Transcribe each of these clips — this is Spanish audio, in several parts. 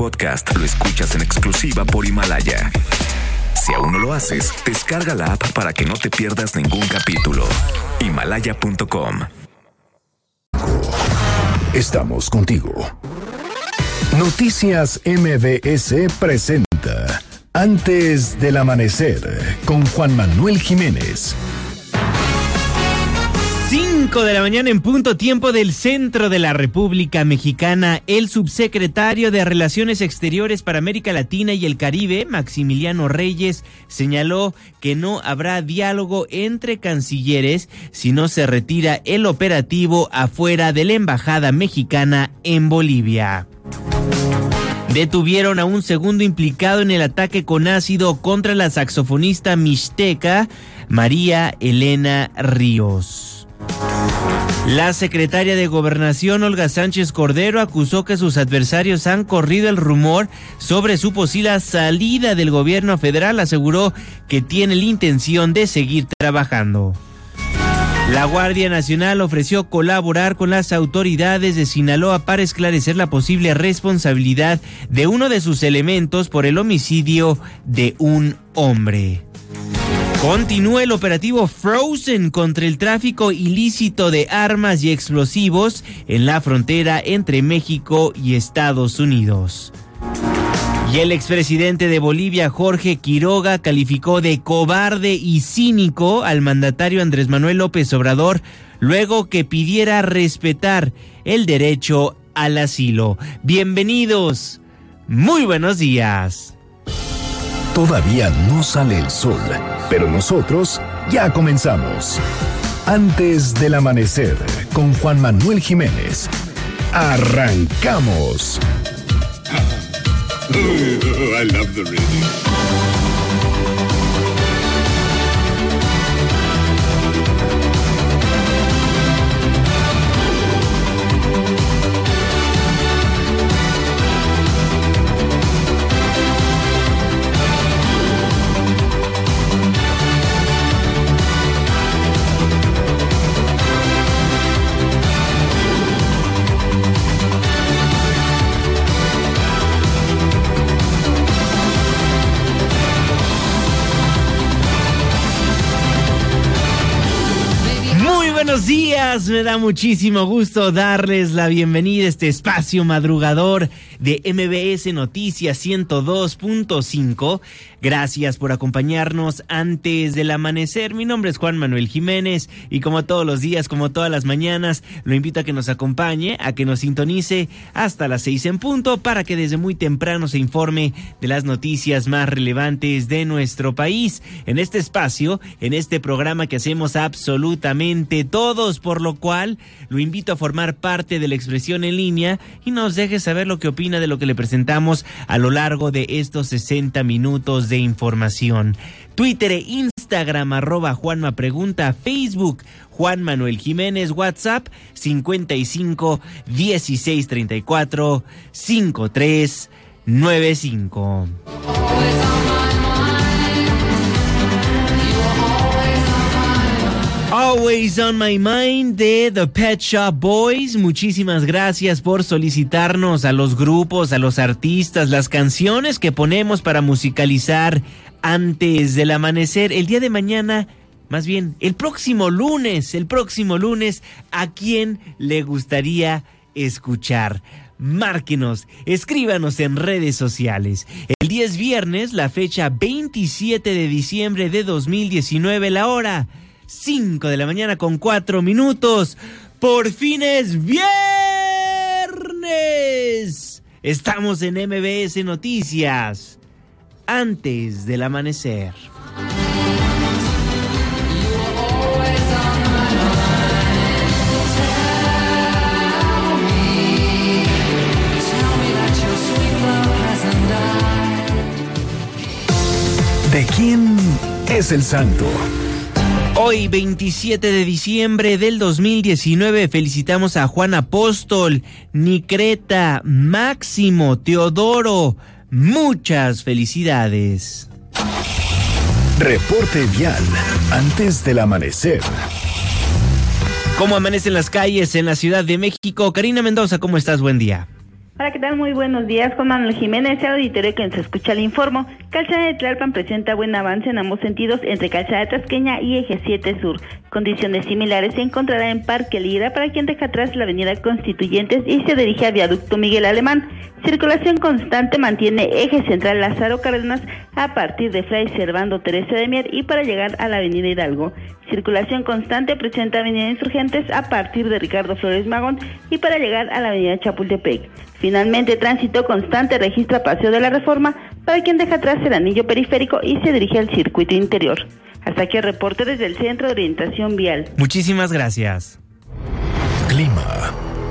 podcast lo escuchas en exclusiva por Himalaya. Si aún no lo haces, descarga la app para que no te pierdas ningún capítulo. Himalaya.com. Estamos contigo. Noticias MBS presenta Antes del Amanecer con Juan Manuel Jiménez. 5 de la mañana en punto, tiempo del centro de la República Mexicana. El subsecretario de Relaciones Exteriores para América Latina y el Caribe, Maximiliano Reyes, señaló que no habrá diálogo entre cancilleres si no se retira el operativo afuera de la embajada mexicana en Bolivia. Detuvieron a un segundo implicado en el ataque con ácido contra la saxofonista mixteca María Elena Ríos. La secretaria de Gobernación, Olga Sánchez Cordero, acusó que sus adversarios han corrido el rumor sobre su posible salida del gobierno federal. Aseguró que tiene la intención de seguir trabajando. La Guardia Nacional ofreció colaborar con las autoridades de Sinaloa para esclarecer la posible responsabilidad de uno de sus elementos por el homicidio de un hombre. Continúa el operativo Frozen contra el tráfico ilícito de armas y explosivos en la frontera entre México y Estados Unidos. Y el expresidente de Bolivia, Jorge Quiroga, calificó de cobarde y cínico al mandatario Andrés Manuel López Obrador luego que pidiera respetar el derecho al asilo. Bienvenidos, muy buenos días. Todavía no sale el sol, pero nosotros ya comenzamos. Antes del Amanecer con Juan Manuel Jiménez. ¡Arrancamos! I love the radio. Buenos días, me da muchísimo gusto darles la bienvenida a este espacio madrugador de MBS Noticias 102.5. Gracias por acompañarnos antes del amanecer. Mi nombre es Juan Manuel Jiménez y como todos los días, como todas las mañanas, lo invito a que nos acompañe, a que nos sintonice hasta las 6 en punto para que desde muy temprano se informe de las noticias más relevantes de nuestro país. En este espacio, en este programa que hacemos absolutamente todos, por lo cual lo invito a formar parte de la expresión en línea y nos deje saber lo que opina de lo que le presentamos a lo largo de estos 60 minutos de información. Twitter e Instagram, @JuanmaPregunta, Facebook, Juan Manuel Jiménez, WhatsApp, 55 16 34 53 95. Always on My Mind de The Pet Shop Boys. Muchísimas gracias por solicitarnos a los grupos, a los artistas, las canciones que ponemos para musicalizar antes del amanecer. El día de mañana, más bien el próximo lunes, ¿a quién le gustaría escuchar? Márquenos, escríbanos en redes sociales. El día es viernes, la fecha 27 de diciembre de 2019, la hora 5 de la mañana con 4 minutos. Por fin es viernes. Estamos en MBS Noticias. Antes del amanecer. ¿De quién es el santo? Hoy, 27 de diciembre del 2019, felicitamos a Juan Apóstol, Nicreta, Máximo, Teodoro. Muchas felicidades. Reporte vial antes del amanecer. ¿Cómo amanecen las calles en la Ciudad de México? Karina Mendoza, ¿cómo estás? Buen día. Hola, ¿qué tal? Muy buenos días. Juan Manuel Jiménez, el auditorio que nos escucha, le informo. Calzada de Tlalpan presenta buen avance en ambos sentidos entre Calzada Tasqueña y Eje 7 Sur. Condiciones similares se encontrará en Parque Lira para quien deja atrás la avenida Constituyentes y se dirige a Viaducto Miguel Alemán. Circulación constante mantiene Eje Central Lázaro Cárdenas a partir de Fray Servando Teresa de Mier y para llegar a la avenida Hidalgo. Circulación constante presenta avenida Insurgentes a partir de Ricardo Flores Magón y para llegar a la avenida Chapultepec. Finalmente, tránsito constante registra Paseo de la Reforma para quien deja atrás el anillo periférico y se dirige al circuito interior. Hasta aquí el reporte desde el Centro de Orientación Vial. Muchísimas gracias. Clima.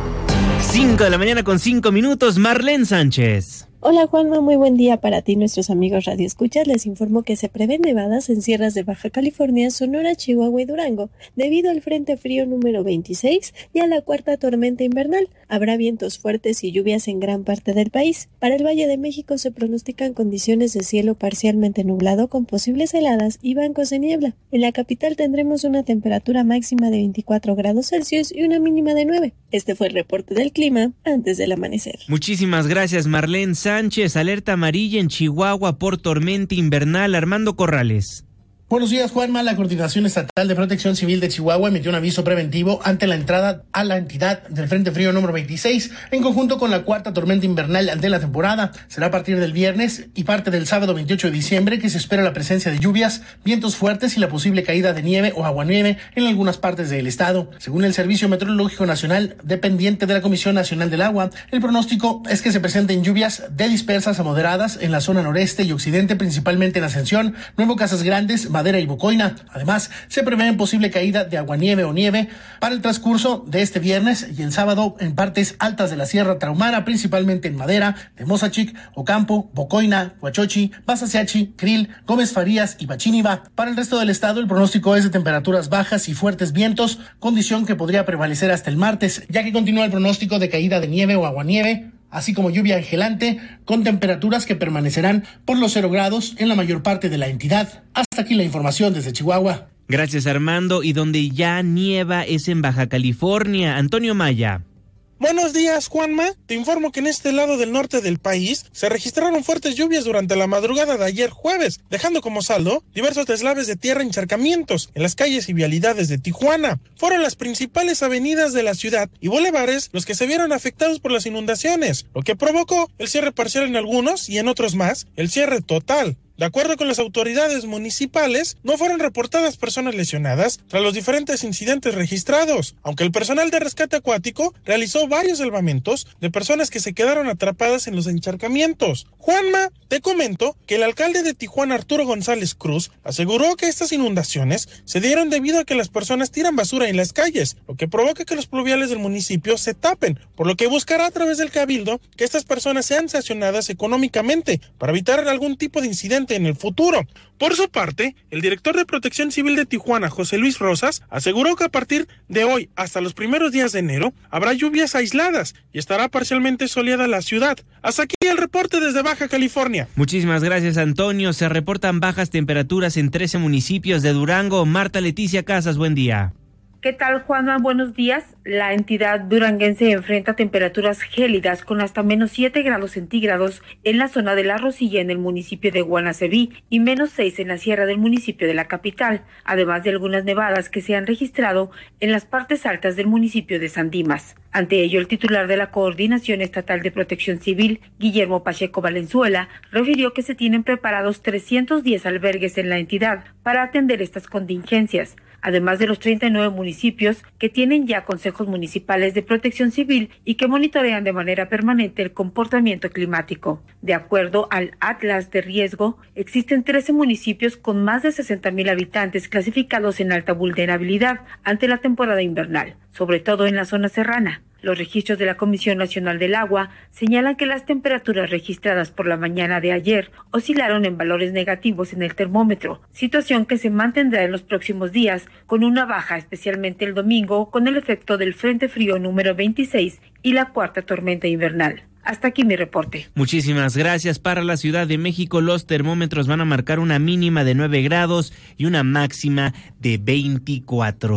5 de la mañana con 5 minutos, Marlene Sánchez. Hola Juanma, muy buen día para ti, nuestros amigos radioescuchas. Les informo que se prevén nevadas en sierras de Baja California, Sonora, Chihuahua y Durango, debido al Frente Frío número 26 y a la cuarta tormenta invernal. Habrá vientos fuertes y lluvias en gran parte del país. Para el Valle de México se pronostican condiciones de cielo parcialmente nublado con posibles heladas y bancos de niebla. En la capital tendremos una temperatura máxima de 24 grados Celsius y una mínima de 9. Este fue el reporte del clima antes del amanecer. Muchísimas gracias, Marlene Sánchez. Alerta amarilla en Chihuahua por tormenta invernal. Armando Corrales. Buenos días, Juanma. La Coordinación Estatal de Protección Civil de Chihuahua emitió un aviso preventivo ante la entrada a la entidad del Frente Frío número 26, en conjunto con la cuarta tormenta invernal de la temporada. Será a partir del viernes y parte del sábado 28 de diciembre que se espera la presencia de lluvias, vientos fuertes y la posible caída de nieve o aguanieve en algunas partes del estado. Según el Servicio Meteorológico Nacional, dependiente de la Comisión Nacional del Agua, el pronóstico es que se presenten lluvias de dispersas a moderadas en la zona noreste y occidente, principalmente en Ascensión, Nuevo Casas Grandes, Madera y Bocoina. Además, se prevé posible caída de aguanieve o nieve para el transcurso de este viernes y el sábado en partes altas de la Sierra Tarahumara, principalmente en Madera, Temozachic, Ocampo, Bocoina, Huachochi, Basaseachi, Krill, Gómez Farías y Bachíniva. Para el resto del estado, el pronóstico es de temperaturas bajas y fuertes vientos, condición que podría prevalecer hasta el martes, ya que continúa el pronóstico de caída de nieve o aguanieve, así como lluvia angelante, con temperaturas que permanecerán por los 0 grados en la mayor parte de la entidad. Hasta aquí la información desde Chihuahua. Gracias, Armando. Y donde ya nieva es en Baja California. Antonio Maya. Buenos días, Juanma. Te informo que en este lado del norte del país se registraron fuertes lluvias durante la madrugada de ayer jueves, dejando como saldo diversos deslaves de tierra y encharcamientos en las calles y vialidades de Tijuana. Fueron las principales avenidas de la ciudad y bulevares los que se vieron afectados por las inundaciones, lo que provocó el cierre parcial en algunos y en otros más, el cierre total. De acuerdo con las autoridades municipales, no fueron reportadas personas lesionadas tras los diferentes incidentes registrados, aunque el personal de rescate acuático realizó varios salvamentos de personas que se quedaron atrapadas en los encharcamientos. Juanma, te comento que el alcalde de Tijuana, Arturo González Cruz, aseguró que estas inundaciones se dieron debido a que las personas tiran basura en las calles, lo que provoca que los pluviales del municipio se tapen, por lo que buscará a través del cabildo que estas personas sean sancionadas económicamente para evitar algún tipo de incidente en el futuro. Por su parte, el director de Protección Civil de Tijuana, José Luis Rosas, aseguró que a partir de hoy hasta los primeros días de enero habrá lluvias aisladas y estará parcialmente soleada la ciudad. Hasta aquí el reporte desde Baja California. Muchísimas gracias, Antonio. Se reportan bajas temperaturas en 13 municipios de Durango. Marta Leticia Casas, buen día. ¿Qué tal, Juanma? Buenos días. La entidad duranguense enfrenta temperaturas gélidas con hasta menos 7 grados centígrados en la zona de La Rosilla en el municipio de Guanaceví y menos 6 en la sierra del municipio de la capital, además de algunas nevadas que se han registrado en las partes altas del municipio de San Dimas. Ante ello, el titular de la Coordinación Estatal de Protección Civil, Guillermo Pacheco Valenzuela, refirió que se tienen preparados 310 albergues en la entidad para atender estas contingencias, además de los 39 municipios que tienen ya consejos municipales de protección civil y que monitorean de manera permanente el comportamiento climático. De acuerdo al Atlas de Riesgo, existen 13 municipios con más de 60,000 habitantes clasificados en alta vulnerabilidad ante la temporada invernal, sobre todo en la zona serrana. Los registros de la Comisión Nacional del Agua señalan que las temperaturas registradas por la mañana de ayer oscilaron en valores negativos en el termómetro, situación que se mantendrá en los próximos días con una baja, especialmente el domingo, con el efecto del Frente Frío número 26 y la cuarta tormenta invernal. Hasta aquí mi reporte. Muchísimas gracias. Para la Ciudad de México, los termómetros van a marcar una mínima de 9 grados y una máxima de 24.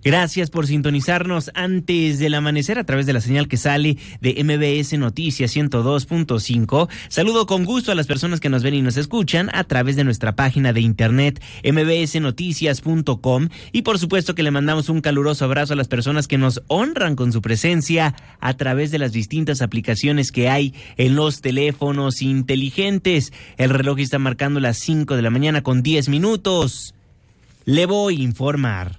Gracias por sintonizarnos antes del amanecer a través de la señal que sale de MBS Noticias 102.5. Saludo con gusto a las personas que nos ven y nos escuchan a través de nuestra página de internet mbsnoticias.com, y por supuesto que le mandamos un caluroso abrazo a las personas que nos honran con su presencia a través de las distintas aplicaciones que hay en los teléfonos inteligentes. El reloj está marcando las 5 de la mañana con 10 minutos. Le voy a informar.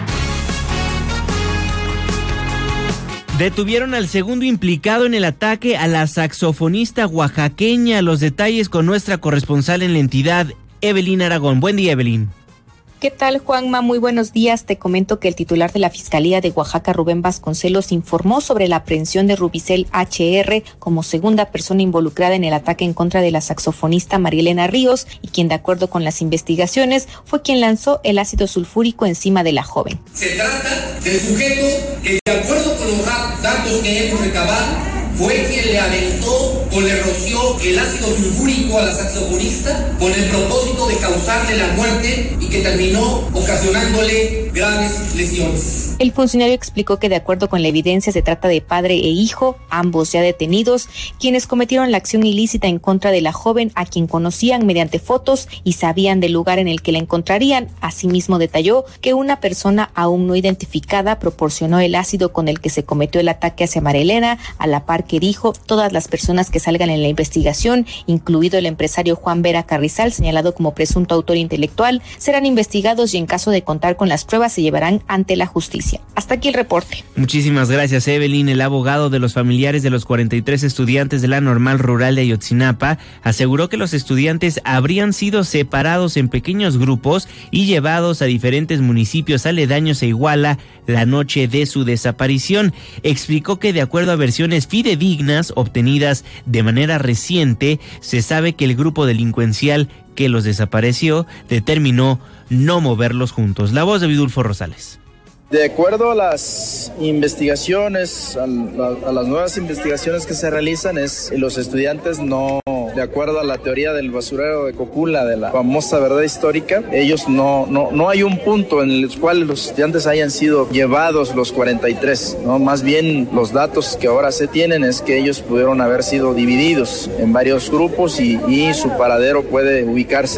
Detuvieron al segundo implicado en el ataque a la saxofonista oaxaqueña. Los detalles con nuestra corresponsal en la entidad, Evelyn Aragón. Buen día, Evelyn. ¿Qué tal, Juanma? Muy buenos días. Te comento que el titular de la Fiscalía de Oaxaca, Rubén Vasconcelos, informó sobre la aprehensión de Rubicel HR como segunda persona involucrada en el ataque en contra de la saxofonista María Elena Ríos, y quien, de acuerdo con las investigaciones, fue quien lanzó el ácido sulfúrico encima de la joven. Se trata del sujeto que, de acuerdo con los datos que hemos recabado, fue quien le aventó o le roció el ácido sulfúrico a la saxofonista con el propósito de causarle la muerte y que terminó ocasionándole graves lesiones. El funcionario explicó que, de acuerdo con la evidencia, se trata de padre e hijo, ambos ya detenidos, quienes cometieron la acción ilícita en contra de la joven, a quien conocían mediante fotos y sabían del lugar en el que la encontrarían. Asimismo, detalló que una persona aún no identificada proporcionó el ácido con el que se cometió el ataque hacia María Elena, a la par que dijo todas las personas que salgan en la investigación, incluido el empresario Juan Vera Carrizal, señalado como presunto autor intelectual, serán investigados y en caso de contar con las pruebas se llevarán ante la justicia. Hasta aquí el reporte. Muchísimas gracias, Evelyn. El abogado de los familiares de los 43 estudiantes de la Normal Rural de Ayotzinapa aseguró que los estudiantes habrían sido separados en pequeños grupos y llevados a diferentes municipios aledaños a Iguala la noche de su desaparición. Explicó que, de acuerdo a versiones fidedignas obtenidas de manera reciente, se sabe que el grupo delincuencial que los desapareció determinó no moverlos juntos. La voz de Vidulfo Rosales. De acuerdo a las investigaciones, a las nuevas investigaciones que se realizan, los estudiantes no, de acuerdo a la teoría del basurero de Cocula, de la famosa verdad histórica, ellos no hay un punto en el cual los estudiantes hayan sido llevados los 43, ¿no? Más bien los datos que ahora se tienen es que ellos pudieron haber sido divididos en varios grupos y su paradero puede ubicarse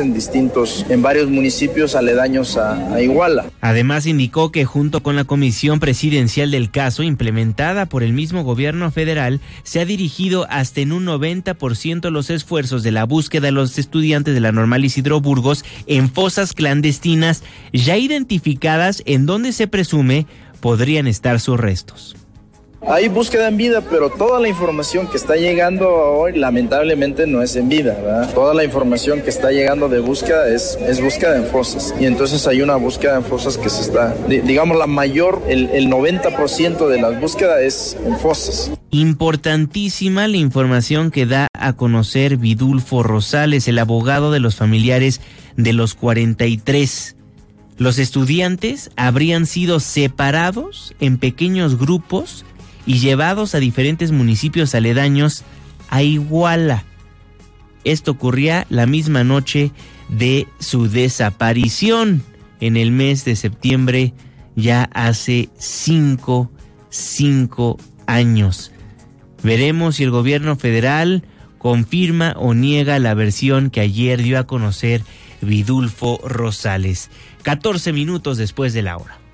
en varios municipios aledaños a Iguala. Además, indicó que junto con la comisión presidencial del caso, implementada por el mismo gobierno federal, se ha dirigido hasta en un 90% los esfuerzos de la búsqueda de los estudiantes de la Normal Isidro Burgos en fosas clandestinas ya identificadas en donde se presume podrían estar sus restos. Hay búsqueda en vida, pero toda la información que está llegando hoy lamentablemente no es en vida, ¿verdad? Toda la información que está llegando de búsqueda es búsqueda en fosas. Y entonces hay una búsqueda en fosas que se está, digamos, la mayor, el 90% de las búsquedas es en fosas. Importantísima la información que da a conocer Vidulfo Rosales, el abogado de los familiares de los 43. Los estudiantes habrían sido separados en pequeños grupos y llevados a diferentes municipios aledaños a Iguala. Esto ocurría la misma noche de su desaparición, en el mes de septiembre, ya hace 5 años. Veremos si el gobierno federal confirma o niega la versión que ayer dio a conocer Vidulfo Rosales. 14 minutos después de la hora.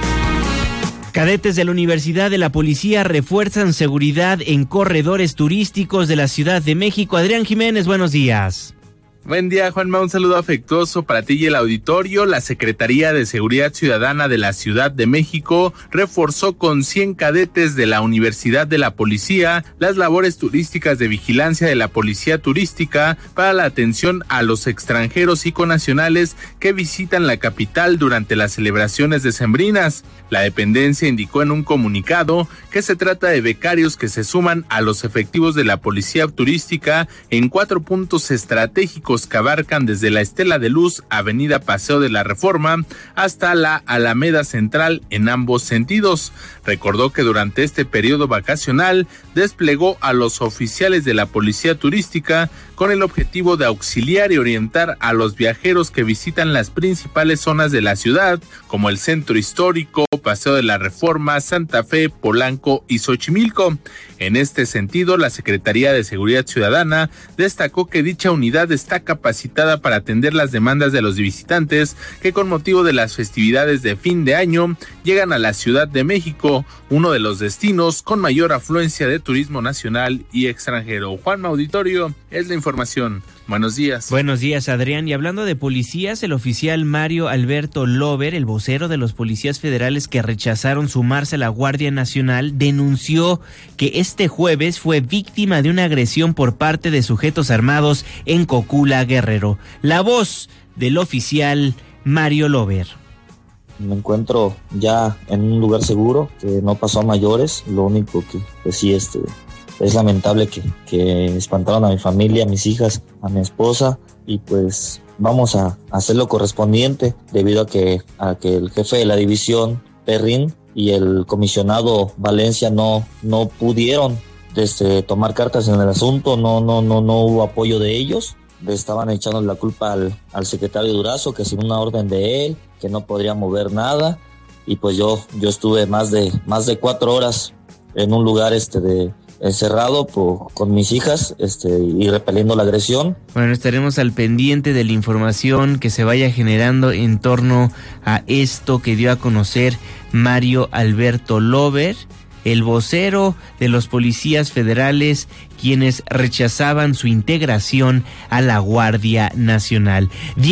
Cadetes de la Universidad de la Policía refuerzan seguridad en corredores turísticos de la Ciudad de México. Adrián Jiménez, buenos días. Buen día, Juanma, un saludo afectuoso para ti y el auditorio. La Secretaría de Seguridad Ciudadana de la Ciudad de México reforzó con 100 cadetes de la Universidad de la Policía las labores turísticas de vigilancia de la Policía Turística para la atención a los extranjeros y connacionales que visitan la capital durante las celebraciones decembrinas. La dependencia indicó en un comunicado que se trata de becarios que se suman a los efectivos de la Policía Turística en 4 puntos estratégicos que abarcan desde la Estela de Luz, Avenida Paseo de la Reforma, hasta la Alameda Central en ambos sentidos. Recordó que durante este periodo vacacional desplegó a los oficiales de la Policía Turística con el objetivo de auxiliar y orientar a los viajeros que visitan las principales zonas de la ciudad, como el Centro Histórico, Paseo de la Reforma, Santa Fe, Polanco y Xochimilco. En este sentido, la Secretaría de Seguridad Ciudadana destacó que dicha unidad está capacitada para atender las demandas de los visitantes que con motivo de las festividades de fin de año llegan a la Ciudad de México, uno de los destinos con mayor afluencia de turismo nacional y extranjero. Juanma, auditorio, es la información. Buenos días. Buenos días, Adrián. Y hablando de policías, el oficial Mario Alberto Lover, el vocero de los policías federales que rechazaron sumarse a la Guardia Nacional, denunció que este jueves fue víctima de una agresión por parte de sujetos armados en Cocula, Guerrero. La voz del oficial Mario Lover. Me encuentro ya en un lugar seguro, que no pasó a mayores. Lo único que pues sí, es lamentable que espantaron a mi familia, a mis hijas, a mi esposa, y pues vamos a hacer lo correspondiente debido a que el jefe de la división, Perrin, y el comisionado Valencia no pudieron tomar cartas en el asunto, no hubo apoyo de ellos. Le estaban echando la culpa al secretario Durazo, que sin una orden de él, que no podría mover nada, y pues yo estuve más de 4 horas en un lugar encerrado con mis hijas y repeliendo la agresión. Bueno, estaremos al pendiente de la información que se vaya generando en torno a esto que dio a conocer Mario Alberto Lover, el vocero de los policías federales, quienes rechazaban su integración a la Guardia Nacional.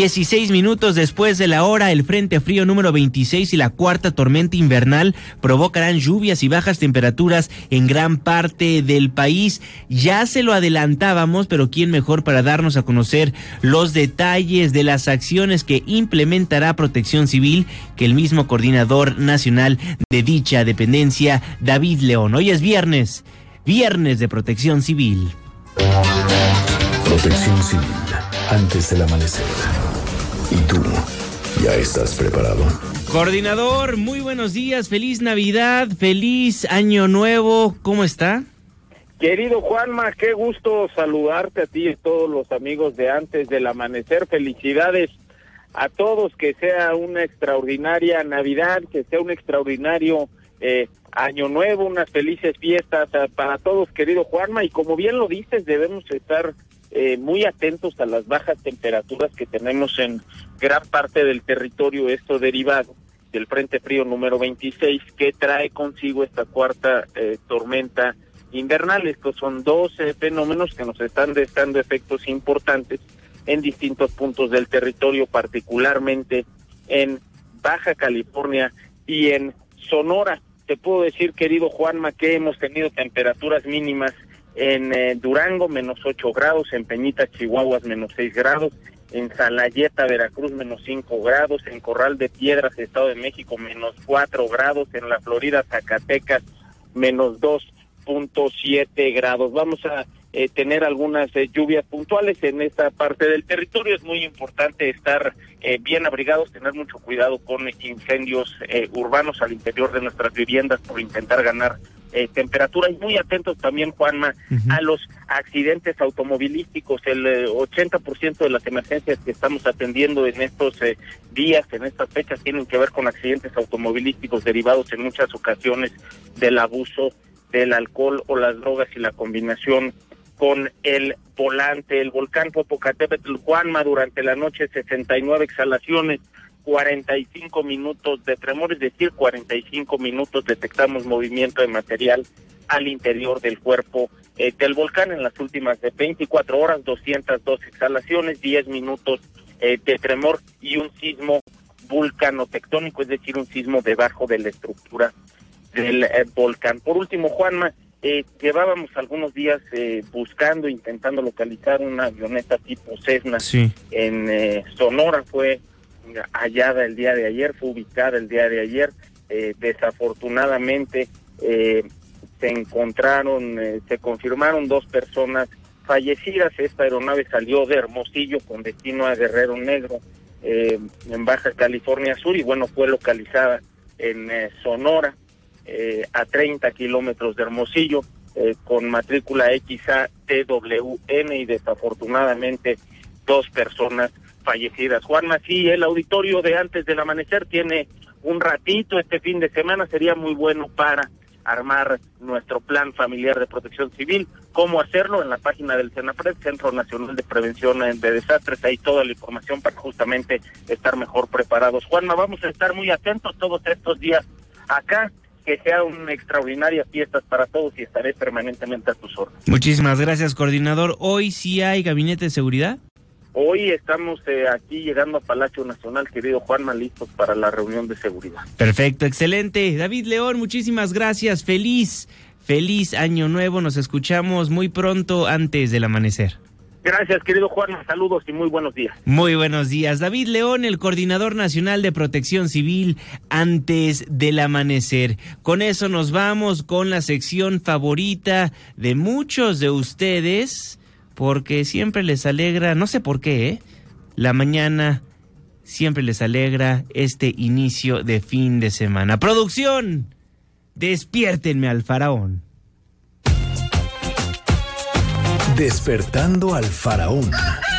16 minutos después de la hora, el Frente Frío número 26 y la cuarta tormenta invernal provocarán lluvias y bajas temperaturas en gran parte del país. Ya se lo adelantábamos, pero ¿quién mejor para darnos a conocer los detalles de las acciones que implementará Protección Civil que el mismo coordinador nacional de dicha dependencia, David León? Hoy es viernes de Protección Civil. Protección Civil, antes del amanecer. ¿Y tú, ya estás preparado? Coordinador, muy buenos días, feliz Navidad, feliz Año Nuevo, ¿cómo está? Querido Juanma, qué gusto saludarte a ti y a todos los amigos de Antes del Amanecer. Felicidades a todos, que sea una extraordinaria Navidad, que sea un extraordinario Año Nuevo, unas felices fiestas para todos, querido Juanma, y como bien lo dices, debemos estar muy atentos a las bajas temperaturas que tenemos en gran parte del territorio, esto derivado del Frente Frío número 26, que trae consigo esta cuarta tormenta invernal. Estos son dos fenómenos que nos están dando efectos importantes en distintos puntos del territorio, particularmente en Baja California y en Sonora. Te puedo decir, querido Juanma, que hemos tenido temperaturas mínimas en Durango, -8 grados, en Peñitas, Chihuahuas, -6 grados, en Salayeta, Veracruz, -5 grados, en Corral de Piedras, Estado de México, -4 grados, en la Florida, Zacatecas, -2.7 grados. Vamos a tener algunas lluvias puntuales en esta parte del territorio. Es muy importante estar bien abrigados, tener mucho cuidado con incendios urbanos al interior de nuestras viviendas por intentar ganar temperatura, y muy atentos también, Juanma, a los accidentes automovilísticos. El 80% de las emergencias que estamos atendiendo en estos días, en estas fechas, tienen que ver con accidentes automovilísticos derivados en muchas ocasiones del abuso del alcohol o las drogas y la combinación con el volante. El volcán Popocatépetl, Juanma, durante la noche 69 exhalaciones, 45 minutos de tremor, es decir, 45 minutos detectamos movimiento de material al interior del cuerpo del volcán. En las últimas 24 horas, 202 exhalaciones, 10 minutos de tremor y un sismo vulcanotectónico, es decir, un sismo debajo de la estructura del volcán. Por último, Juanma, llevábamos algunos días intentando localizar una avioneta tipo Cessna. Sí. En Sonora. Fue hallada el día de ayer, fue ubicada el día de ayer. Desafortunadamente se confirmaron 2 personas fallecidas. Esta aeronave salió de Hermosillo con destino a Guerrero Negro, en Baja California Sur, y bueno, fue localizada en Sonora, a 30 kilómetros de Hermosillo, con matrícula XATWN, y desafortunadamente 2 personas fallecidas. Juanma, sí, el auditorio de Antes del Amanecer tiene un ratito este fin de semana sería muy bueno para armar nuestro plan familiar de protección civil. ¿Cómo hacerlo? En la página del CENAPRED, Centro Nacional de Prevención de Desastres, hay toda la información para justamente estar mejor preparados. Juanma, vamos a estar muy atentos todos estos días acá, que sea una extraordinaria fiesta para todos y estaré permanentemente a tus órdenes. Muchísimas gracias, coordinador. ¿Hoy sí hay gabinete de seguridad? Hoy estamos aquí llegando a Palacio Nacional, querido Juanma, listos para la reunión de seguridad. Perfecto, excelente. David León, muchísimas gracias. Feliz año nuevo. Nos escuchamos muy pronto antes del amanecer. Gracias, querido Juanma. Saludos y muy buenos días. Muy buenos días. David León, el coordinador nacional de protección civil antes del amanecer. Con eso nos vamos con la sección favorita de muchos de ustedes, porque siempre les alegra, no sé por qué, la mañana siempre les alegra este inicio de fin de semana. Producción, despiértenme al faraón. Despertando al faraón.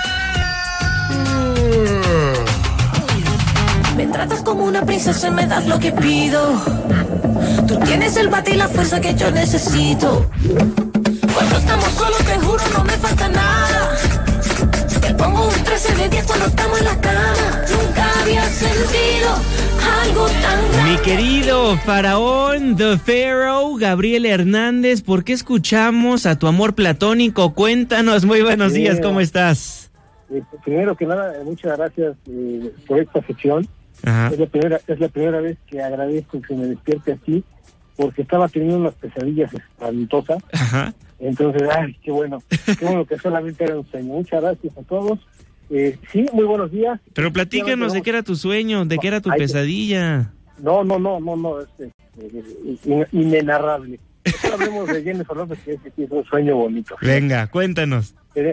Me tratas como una princesa y me das lo que pido. Tú tienes el bate y la fuerza que yo necesito. Cuando estamos solos te juro no me falta nada. Te pongo un 13 de 10 cuando estamos en la cama. Nunca había sentido algo tan grande. Mi querido faraón, The Pharaoh, Gabriel Hernández, ¿por qué escuchamos a tu amor platónico? Cuéntanos, muy buenos días, ¿cómo estás? Primero que nada, muchas gracias por esta sección. Ajá. Es la primera vez que agradezco que me despierte así, porque estaba teniendo unas pesadillas espantosas. Ajá. Entonces, qué bueno que solamente era un sueño. Muchas gracias a todos. Sí, muy buenos días. Pero platícanos de qué era tu sueño, de qué era tu pesadilla. No, inenarrable. Hablemos de Jennifer López, que es un sueño bonito. Venga, cuéntanos.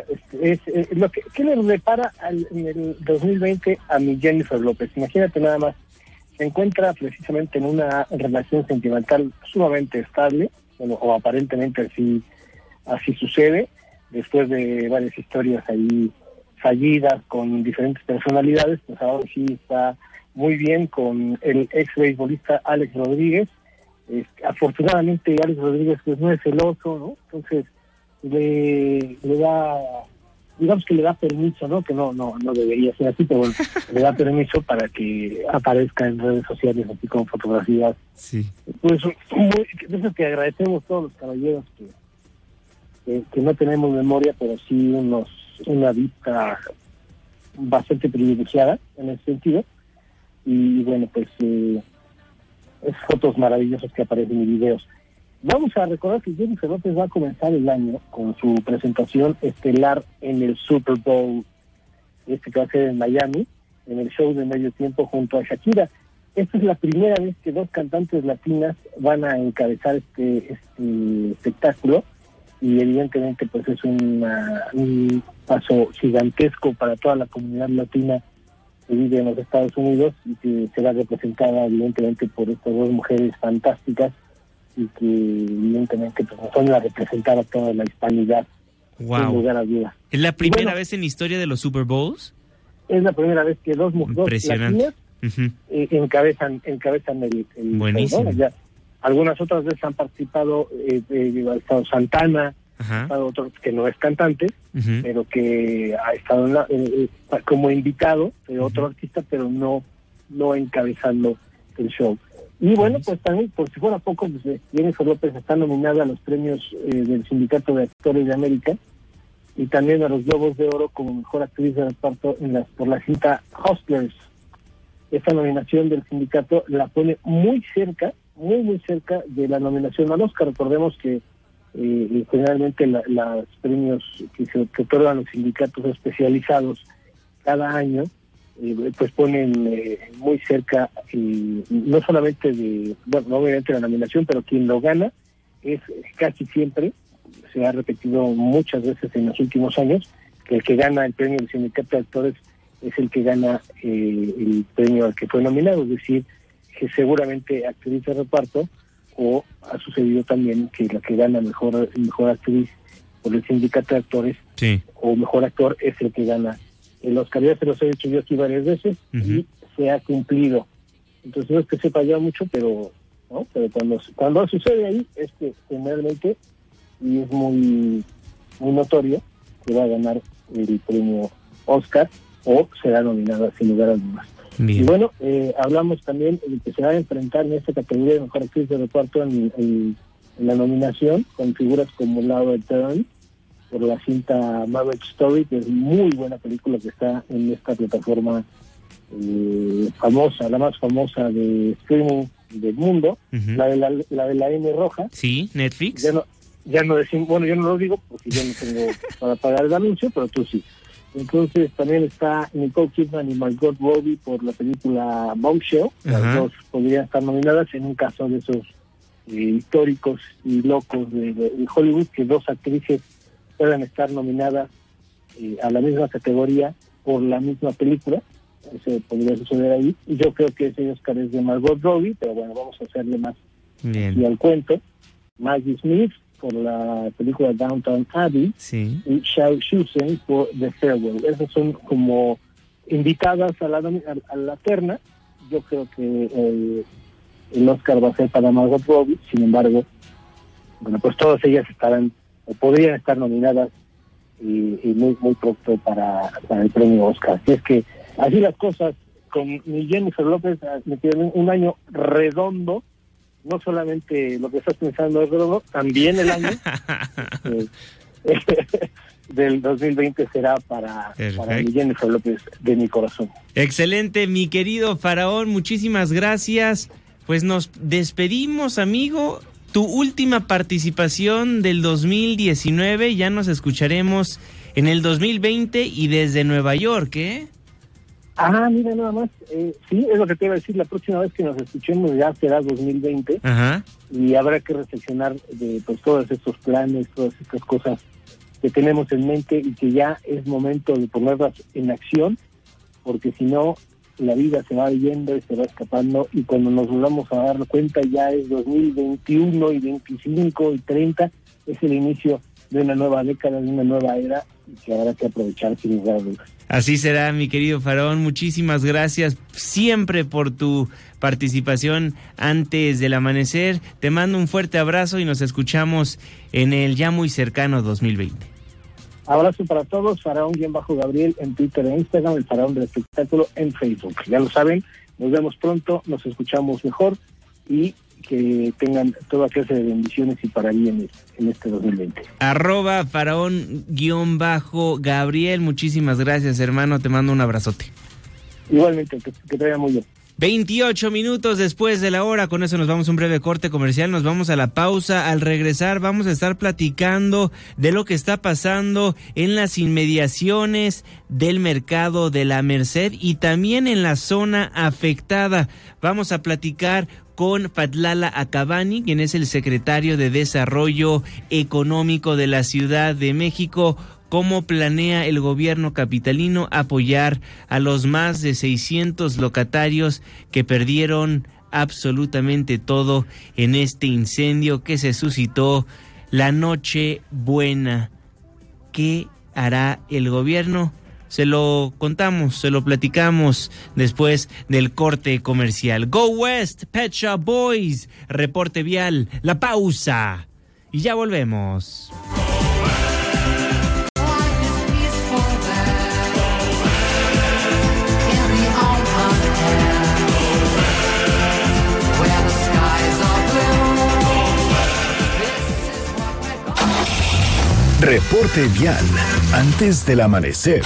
¿Qué le repara en el 2020 a mi Jennifer López? Imagínate nada más, se encuentra precisamente en una relación sentimental sumamente estable, o aparentemente así sucede, después de varias historias ahí fallidas con diferentes personalidades. Pues ahora sí está muy bien con el ex beisbolista Alex Rodríguez. Afortunadamente Alex Rodríguez pues no es celoso, ¿no? Entonces le da, digamos que le da permiso, ¿no? Que no debería ser así, pero bueno, le da permiso para que aparezca en redes sociales así con fotografías. Sí. Pues eso que agradecemos todos los caballeros que no tenemos memoria, pero sí una vista bastante privilegiada en ese sentido. Y bueno, pues es fotos maravillosas que aparecen en videos. Vamos a recordar que Jennifer López va a comenzar el año con su presentación estelar en el Super Bowl, que va a ser en Miami, en el show de medio tiempo junto a Shakira. Esta es la primera vez que dos cantantes latinas van a encabezar este espectáculo, y evidentemente pues es un paso gigantesco para toda la comunidad latina que vive en los Estados Unidos, y que será representada evidentemente por estas dos mujeres fantásticas, y que evidentemente pues nos van a representar a toda la hispanidad. Wow. Sin lugar a dudas. ¿Es la primera vez en la historia de los Super Bowls? Es la primera vez que dos latinas encabezan el buenísimo. ¿no? Ya, algunas otras veces han participado ha estado Santana, ha estado otro que no es cantante, pero que ha estado como invitado de otro artista, pero no encabezando el show. Y bueno, pues también, por si fuera poco, pues Jennifer López está nominada a los premios del Sindicato de Actores de América, y también a los Globos de Oro como mejor actriz de reparto por la cinta Hustlers. Esta nominación del sindicato la pone muy cerca de la nominación al Oscar. Recordemos que generalmente los premios que otorgan los sindicatos especializados cada año pues ponen muy cerca, no solamente no obviamente la nominación, pero quien lo gana es casi siempre, se ha repetido muchas veces en los últimos años, que el que gana el premio del sindicato de actores es el que gana el premio al que fue nominado, es decir, que seguramente actriz de reparto, o ha sucedido también que la que gana mejor actriz por el sindicato de actores, sí, o mejor actor, es el que gana el Oscar. Ya se los he dicho yo aquí varias veces, y se ha cumplido. Entonces no es que sepa ya mucho, pero ¿no? Pero cuando sucede ahí es que generalmente, y es muy muy notorio, que va a ganar el premio Oscar o será nominada sin lugar a dudas. Y bueno, hablamos también de que se va a enfrentar en esta categoría de mejor actriz de reparto en la nominación, con figuras como Laura Dern por la cinta Marriage Story, que es muy buena película que está en esta plataforma famosa, la más famosa de streaming del mundo, la de la N roja. Sí, Netflix. Ya no decimos, bueno, yo no lo digo porque yo no tengo para pagar el anuncio, pero tú sí. Entonces también está Nicole Kidman y Margot Robbie por la película Bombshell. Las dos podrían estar nominadas en un caso de esos históricos y locos de Hollywood, que dos actrices puedan estar nominadas a la misma categoría por la misma película. Eso podría suceder ahí. Y yo creo que ese Oscar es de Margot Robbie, pero bueno, vamos a hacerle más y al cuento. Maggie Smith por la película Downton Abbey, y Shao Shusen por The Farewell. Esas son como invitadas a la terna. Yo creo que el Oscar va a ser para Margot Robbie. Sin embargo, bueno, pues todas ellas estarán o podrían estar nominadas y muy muy pronto para el premio Oscar. Así es que así las cosas con mi Jennifer López. Me tienen un año redondo. No solamente lo que estás pensando es redondo, también el año del 2020 será para mi Jennifer López de mi corazón. Excelente, mi querido Faraón, muchísimas gracias. Pues nos despedimos, amigo. Tu última participación del 2019, ya nos escucharemos en el 2020 y desde Nueva York, ¿eh? Mira, nada más, sí, es lo que te iba a decir, la próxima vez que nos escuchemos ya será 2020. Y habrá que reflexionar de pues todos estos planes, todas estas cosas que tenemos en mente y que ya es momento de ponerlas en acción, porque si no, la vida se va yendo y se va escapando, y cuando nos volvamos a dar cuenta ya es 2021 y 25 y 30, es el inicio de una nueva década, de una nueva era, y que habrá que aprovechar sin lugar a dudas. Así será, mi querido Faraón. Muchísimas gracias siempre por tu participación antes del amanecer. Te mando un fuerte abrazo y nos escuchamos en el ya muy cercano 2020. Abrazo para todos. Faraón-Gabriel en Twitter e Instagram, el Faraón del Espectáculo en Facebook. Ya lo saben, nos vemos pronto, nos escuchamos mejor y que tengan toda clase de bendiciones y para bien en este 2020. @Faraón_Gabriel, muchísimas gracias, hermano, te mando un abrazote. Igualmente, que te vaya muy bien. 28 minutos después de la hora, con eso nos vamos a un breve corte comercial, nos vamos a la pausa. Al regresar vamos a estar platicando de lo que está pasando en las inmediaciones del mercado de la Merced y también en la zona afectada. Vamos a platicar con Fatlala Acabani, quien es el secretario de Desarrollo Económico de la Ciudad de México. ¿Cómo planea el gobierno capitalino apoyar a los más de 600 locatarios que perdieron absolutamente todo en este incendio que se suscitó la noche buena? ¿Qué hará el gobierno? Se lo contamos, se lo platicamos después del corte comercial. Go West, Pet Shop Boys, reporte vial, la pausa y ya volvemos. Reporte vial antes del amanecer.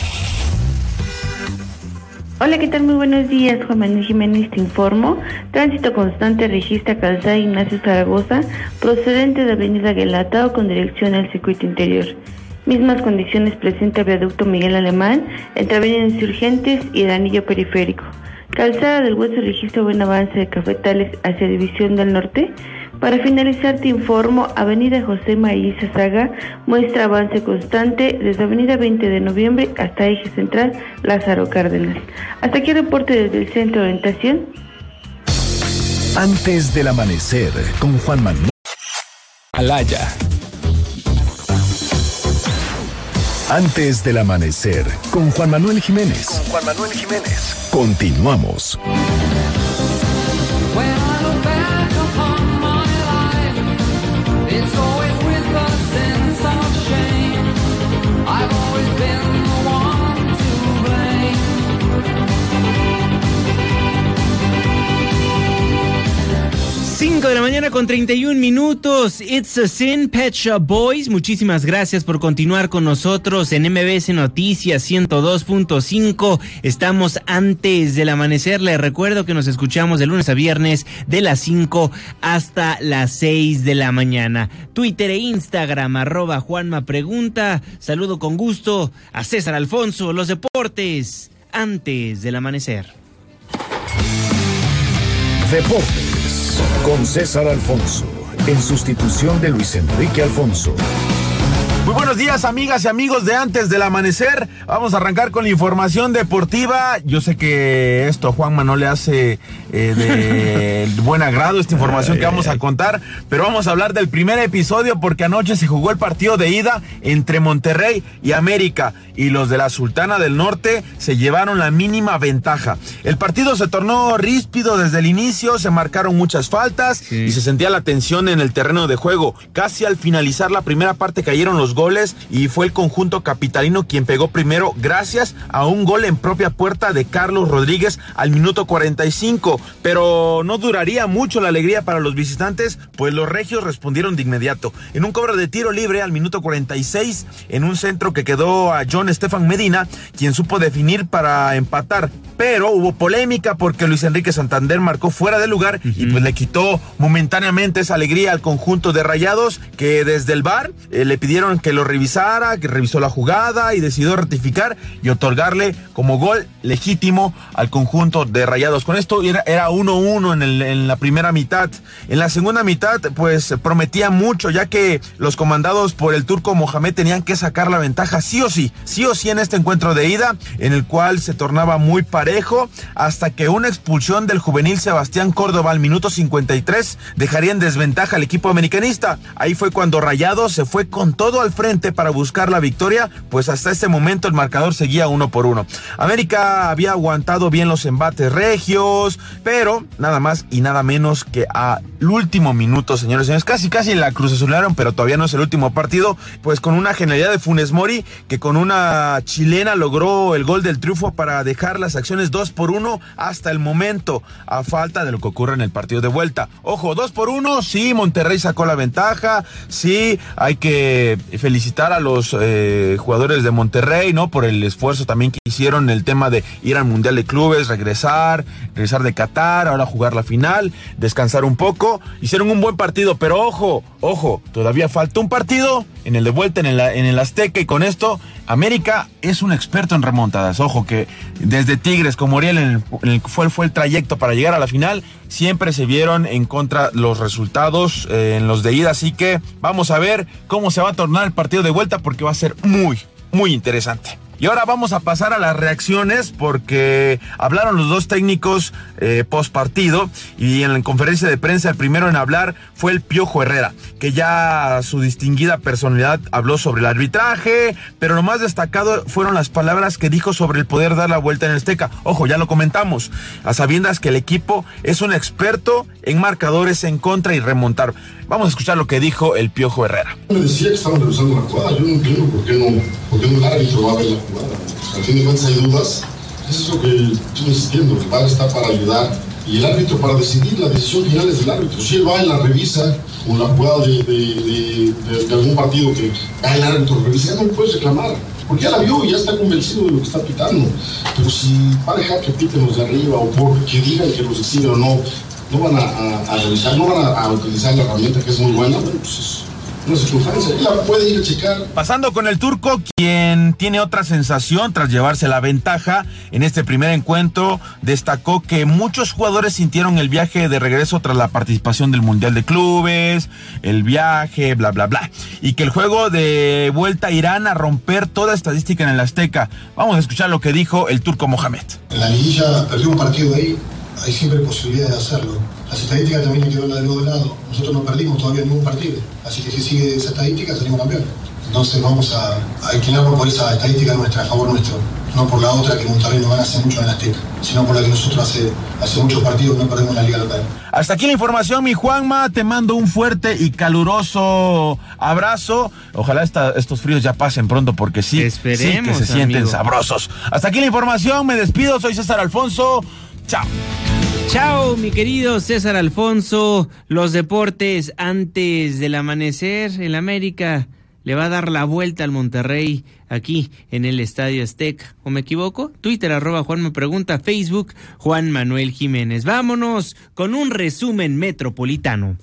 Hola, ¿qué tal? Muy buenos días, Juan Manuel Jiménez, te informo. Tránsito constante registra calzada Ignacio Zaragoza, procedente de Avenida Guelatao con dirección al circuito interior. Mismas condiciones presenta viaducto Miguel Alemán, entre Avenida Insurgentes y el anillo periférico. Calzada del Hueso registra buen avance de Cafetales hacia División del Norte. Para finalizar, te informo, Avenida José Maíz Saga muestra avance constante desde Avenida 20 de Noviembre hasta Eje Central Lázaro Cárdenas. Hasta aquí el reporte desde el Centro de Orientación. Antes del amanecer, con Juan Manuel Alaya. Antes del amanecer, con Juan Manuel Jiménez. Continuamos. When I look back upon my life, it's always with a sense of shame. I've always been the one to blame. 5 de la mañana con 31 minutos. It's a Sin, Pet Shop Boys. Muchísimas gracias por continuar con nosotros en MBS Noticias 102.5. Estamos antes del amanecer. Les recuerdo que nos escuchamos de lunes a viernes de las 5 hasta las 6 de la mañana. Twitter e Instagram, @Juanma Pregunta. Saludo con gusto a César Alfonso. Los deportes antes del amanecer. Deportes con César Alfonso, en sustitución de Luis Enrique Alfonso. Muy buenos días, amigas y amigos de Antes del Amanecer. Vamos a arrancar con la información deportiva. Yo sé que esto a Juanma no le hace de buen agrado esta información que vamos a contar, pero vamos a hablar del primer episodio porque anoche se jugó el partido de ida entre Monterrey y América y los de la Sultana del Norte se llevaron la mínima ventaja. El partido se tornó ríspido desde el inicio, se marcaron muchas faltas y se sentía la tensión en el terreno de juego. Casi al finalizar la primera parte cayeron los goles y fue el conjunto capitalino quien pegó primero gracias a un gol en propia puerta de Carlos Rodríguez al minuto 45, pero no duraría mucho la alegría para los visitantes, pues los regios respondieron de inmediato. En un cobro de tiro libre al minuto 46, en un centro que quedó a John Estefan Medina, quien supo definir para empatar, pero hubo polémica porque Luis Enrique Santander marcó fuera de lugar y pues le quitó momentáneamente esa alegría al conjunto de Rayados, que desde el VAR le pidieron que lo revisara, que revisó la jugada y decidió ratificar y otorgarle como gol legítimo al conjunto de Rayados. Con esto era 1-1 en la primera mitad. En la segunda mitad pues prometía mucho, ya que los comandados por el turco Mohamed tenían que sacar la ventaja sí o sí en este encuentro de ida, en el cual se tornaba muy parejo, hasta que una expulsión del juvenil Sebastián Córdoba al minuto 53 dejaría en desventaja al equipo americanista. Ahí fue cuando Rayados se fue con todo al frente para buscar la victoria, pues hasta este momento el marcador seguía 1-1. América había aguantado bien los embates regios, pero nada más y nada menos que al último minuto, señores y señores, casi la cruzazularon, pero todavía no es el último partido, pues con una genialidad de Funes Mori, que con una chilena logró el gol del triunfo para dejar las acciones 2-1 hasta el momento, a falta de lo que ocurre en el partido de vuelta. Ojo, 2-1, sí, Monterrey sacó la ventaja, sí, hay que felicitar a los jugadores de Monterrey, ¿no? Por el esfuerzo también que hicieron en el tema de ir al Mundial de Clubes, regresar de Qatar, ahora jugar la final, descansar un poco, hicieron un buen partido, pero ojo, todavía falta un partido en el de vuelta en el Azteca, y con esto América es un experto en remontadas. Ojo que desde Tigres como Oriel fue el trayecto para llegar a la final, siempre se vieron en contra los resultados en los de ida, así que vamos a ver cómo se va a tornar el partido de vuelta porque va a ser muy interesante. Y ahora vamos a pasar a las reacciones porque hablaron los dos técnicos post partido, y en la conferencia de prensa el primero en hablar fue el Piojo Herrera, que ya su distinguida personalidad habló sobre el arbitraje, pero lo más destacado fueron las palabras que dijo sobre el poder dar la vuelta en el Azteca. Ojo, ya lo comentamos, a sabiendas que el equipo es un experto en marcadores en contra y remontar. Vamos a escuchar lo que dijo el Piojo Herrera. Me decía que estaban revisando la jugada, yo no entiendo por qué no el árbitro va a ver la jugada. Al fin de cuentas hay dudas, eso es lo que estoy insistiendo, el VAR está para ayudar y el árbitro para decidir, la decisión final es del árbitro. Si él va y la revisa con la jugada de algún partido que el árbitro lo revisa, ya no puedes reclamar, porque ya la vio y ya está convencido de lo que está pitando. Pero si va a dejar que piten los de arriba o porque digan que los exhiben o no van a revisar, no van a utilizar la herramienta que es muy buena, bueno, pues es una circunstancia, él la puede ir a checar. Pasando con el turco, quien tiene otra sensación tras llevarse la ventaja en este primer encuentro, destacó que muchos jugadores sintieron el viaje de regreso tras la participación del Mundial de Clubes, el viaje, bla, y que el juego de vuelta irán a romper toda estadística en el Azteca. Vamos a escuchar lo que dijo el turco Mohamed. En la liguilla perdió un partido ahí, hay siempre posibilidad de hacerlo. Las estadísticas también hay que verlas de los dos lados. Nosotros no perdimos todavía ningún partido, así que si sigue esa estadística salimos campeones. Entonces vamos a inclinarnos por esa estadística nuestra, a favor nuestro, no por la otra que Monterrey no gana hace mucho en la Azteca, sino por la que nosotros hace muchos partidos no perdemos en la liga local. Hasta aquí la información, mi Juanma, te mando un fuerte y caluroso abrazo. Ojalá estos fríos ya pasen pronto porque sí que se sienten sabrosos. Hasta aquí la información, me despido, soy César Alfonso, chao. Chao, mi querido César Alfonso. Los deportes antes del amanecer. El América le va a dar la vuelta al Monterrey aquí en el Estadio Azteca. ¿O me equivoco? Twitter, @Juan me pregunta, Facebook, Juan Manuel Jiménez. Vámonos con un resumen metropolitano.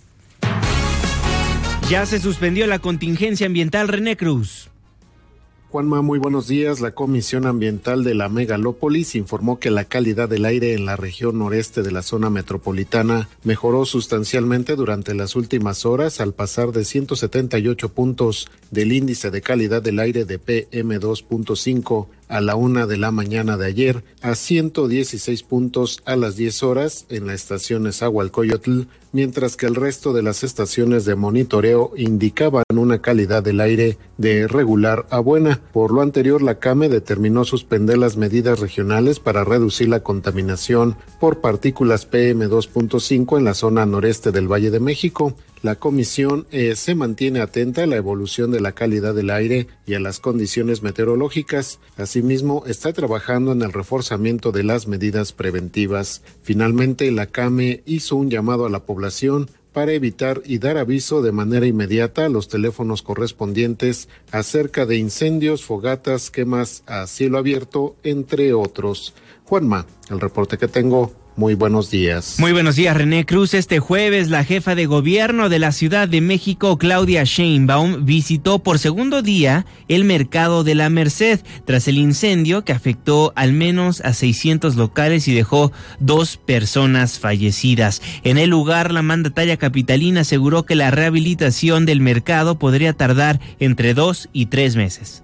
Ya se suspendió la contingencia ambiental, René Cruz. Juanma, muy buenos días. La Comisión Ambiental de la Megalópolis informó que la calidad del aire en la región noreste de la zona metropolitana mejoró sustancialmente durante las últimas horas al pasar de 178 puntos del índice de calidad del aire de PM2.5 a la 1 de la mañana de ayer a 116 puntos a las 10 horas en la estación Nezahualcóyotl, mientras que el resto de las estaciones de monitoreo indicaban una calidad del aire de regular a buena. Por lo anterior, la CAME determinó suspender las medidas regionales para reducir la contaminación por partículas PM2.5 en la zona noreste del Valle de México. La comisión se mantiene atenta a la evolución de la calidad del aire y a las condiciones meteorológicas. Asimismo, está trabajando en el reforzamiento de las medidas preventivas. Finalmente, la CAME hizo un llamado a la población para evitar y dar aviso de manera inmediata a los teléfonos correspondientes acerca de incendios, fogatas, quemas a cielo abierto, entre otros. Juanma, el reporte que tengo. Muy buenos días. Muy buenos días, René Cruz. Este jueves, la jefa de gobierno de la Ciudad de México, Claudia Sheinbaum, visitó por segundo día el mercado de la Merced tras el incendio que afectó al menos a 600 locales y dejó 2 personas fallecidas. En el lugar, la mandataria capitalina aseguró que la rehabilitación del mercado podría tardar entre 2 y 3 meses.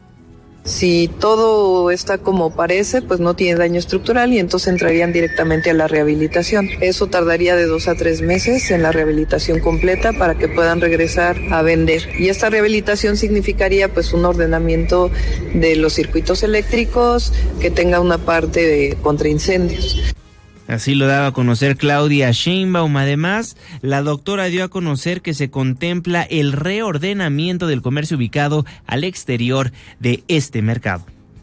Si todo está como parece, pues no tiene daño estructural y entonces entrarían directamente a la rehabilitación. Eso tardaría de 2 a 3 meses en la rehabilitación completa para que puedan regresar a vender. Y esta rehabilitación significaría pues un ordenamiento de los circuitos eléctricos que tenga una parte de contraincendios. Así lo daba a conocer Claudia Sheinbaum. Además, la doctora dio a conocer que se contempla el reordenamiento del comercio ubicado al exterior de este mercado.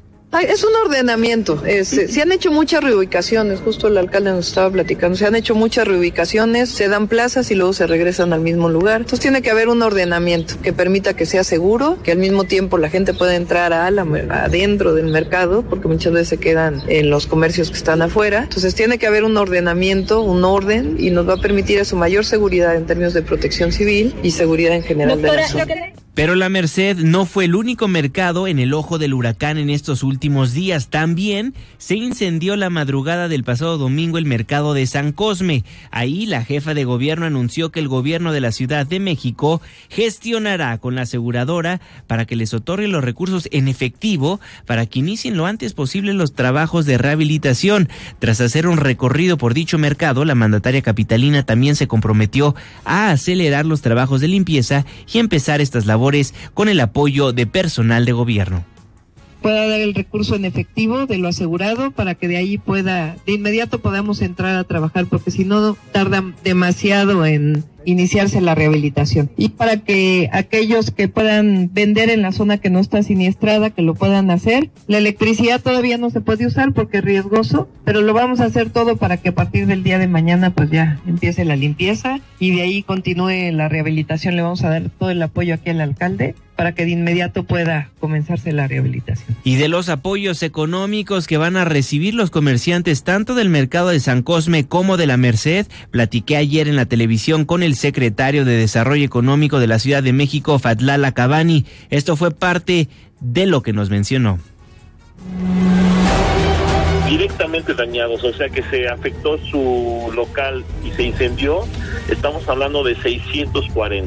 Es un ordenamiento, se han hecho muchas reubicaciones, justo el alcalde nos estaba platicando, se han hecho muchas reubicaciones, se dan plazas y luego se regresan al mismo lugar. Entonces tiene que haber un ordenamiento que permita que sea seguro, que al mismo tiempo la gente pueda entrar adentro del mercado, porque muchas veces se quedan en los comercios que están afuera. Entonces tiene que haber un ordenamiento, un orden, y nos va a permitir eso mayor seguridad en términos de protección civil y seguridad en general de la zona. Pero la Merced no fue el único mercado en el ojo del huracán en estos últimos días. También se incendió la madrugada del pasado domingo el mercado de San Cosme. Ahí la jefa de gobierno anunció que el gobierno de la Ciudad de México gestionará con la aseguradora para que les otorgue los recursos en efectivo para que inicien lo antes posible los trabajos de rehabilitación. Tras hacer un recorrido por dicho mercado, la mandataria capitalina también se comprometió a acelerar los trabajos de limpieza y empezar estas labores con el apoyo de personal de gobierno. Pueda dar el recurso en efectivo de lo asegurado para que de ahí de inmediato podamos entrar a trabajar, porque si no tarda demasiado en iniciarse la rehabilitación. Y para que aquellos que puedan vender en la zona que no está siniestrada, que lo puedan hacer. La electricidad todavía no se puede usar porque es riesgoso, pero lo vamos a hacer todo para que a partir del día de mañana pues ya empiece la limpieza y de ahí continúe la rehabilitación. Le vamos a dar todo el apoyo aquí al alcalde para que de inmediato pueda comenzarse la rehabilitación. Y de los apoyos económicos que van a recibir los comerciantes tanto del mercado de San Cosme como de la Merced, platiqué ayer en la televisión con el secretario de Desarrollo Económico de la Ciudad de México, Fadlala Cabani. Esto fue parte de lo que nos mencionó. Directamente dañados, o sea que se afectó su local y se incendió, estamos hablando de 640.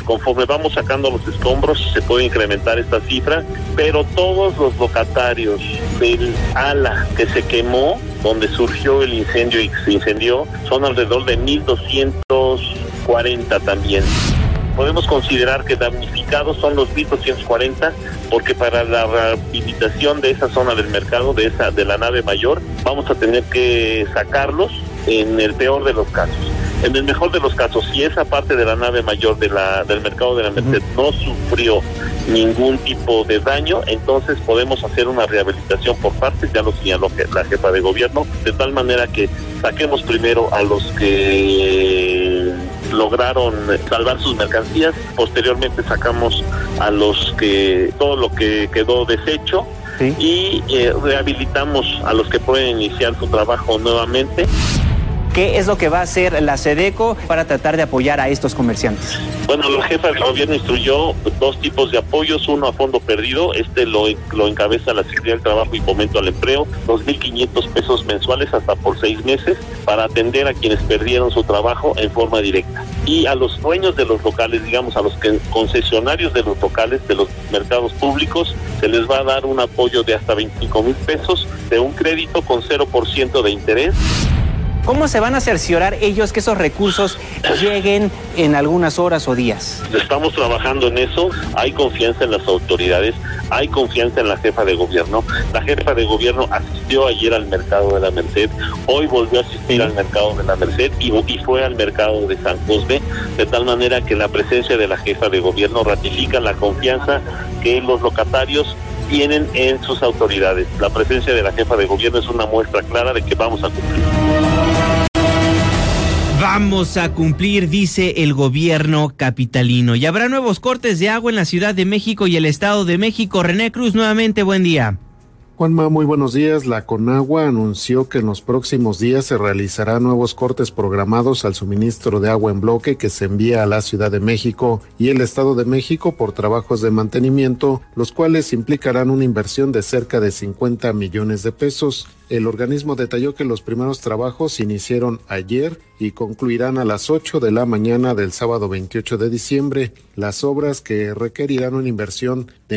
conforme vamos sacando los escombros se puede incrementar esta cifra, pero todos los locatarios del ala que se quemó, donde surgió el incendio y se incendió, son alrededor de 1,240 también. Podemos considerar que damnificados son los 1,240 porque para la rehabilitación de esa zona del mercado, de la nave mayor, vamos a tener que sacarlos en el peor de los casos. En el mejor de los casos, si esa parte de la nave mayor del mercado de la Merced no sufrió ningún tipo de daño, entonces podemos hacer una rehabilitación por partes, ya lo señaló la jefa de gobierno, de tal manera que saquemos primero a los que lograron salvar sus mercancías, posteriormente sacamos a los que todo lo que quedó deshecho, ¿sí? Y rehabilitamos a los que pueden iniciar su trabajo nuevamente. ¿Qué es lo que va a hacer la SEDECO para tratar de apoyar a estos comerciantes? Bueno, la jefa del gobierno instruyó 2 tipos de apoyos, uno a fondo perdido, lo encabeza la Secretaría del Trabajo y Fomento al Empleo, 2,500 pesos mensuales hasta por 6 meses para atender a quienes perdieron su trabajo en forma directa. Y a los dueños de los locales, digamos, a los concesionarios de los locales, de los mercados públicos, se les va a dar un apoyo de hasta 25,000 pesos de un crédito con 0% de interés. ¿Cómo se van a cerciorar ellos que esos recursos lleguen en algunas horas o días? Estamos trabajando en eso, hay confianza en las autoridades, hay confianza en la jefa de gobierno. La jefa de gobierno asistió ayer al mercado de la Merced, hoy volvió a asistir al mercado de la Merced y fue al mercado de San Cosme, de tal manera que la presencia de la jefa de gobierno ratifica la confianza que los locatarios tienen en sus autoridades. La presencia de la jefa de gobierno es una muestra clara de que vamos a cumplir. Vamos a cumplir, dice el gobierno capitalino. Y habrá nuevos cortes de agua en la Ciudad de México y el Estado de México. René Cruz, nuevamente, buen día. Juanma, muy buenos días. La Conagua anunció que en los próximos días se realizarán nuevos cortes programados al suministro de agua en bloque que se envía a la Ciudad de México y el Estado de México por trabajos de mantenimiento, los cuales implicarán una inversión de cerca de 50 millones de pesos. El organismo detalló que los primeros trabajos iniciaron ayer y concluirán a las 8 de la mañana del sábado 28 de diciembre. Las obras, que requerirán una inversión de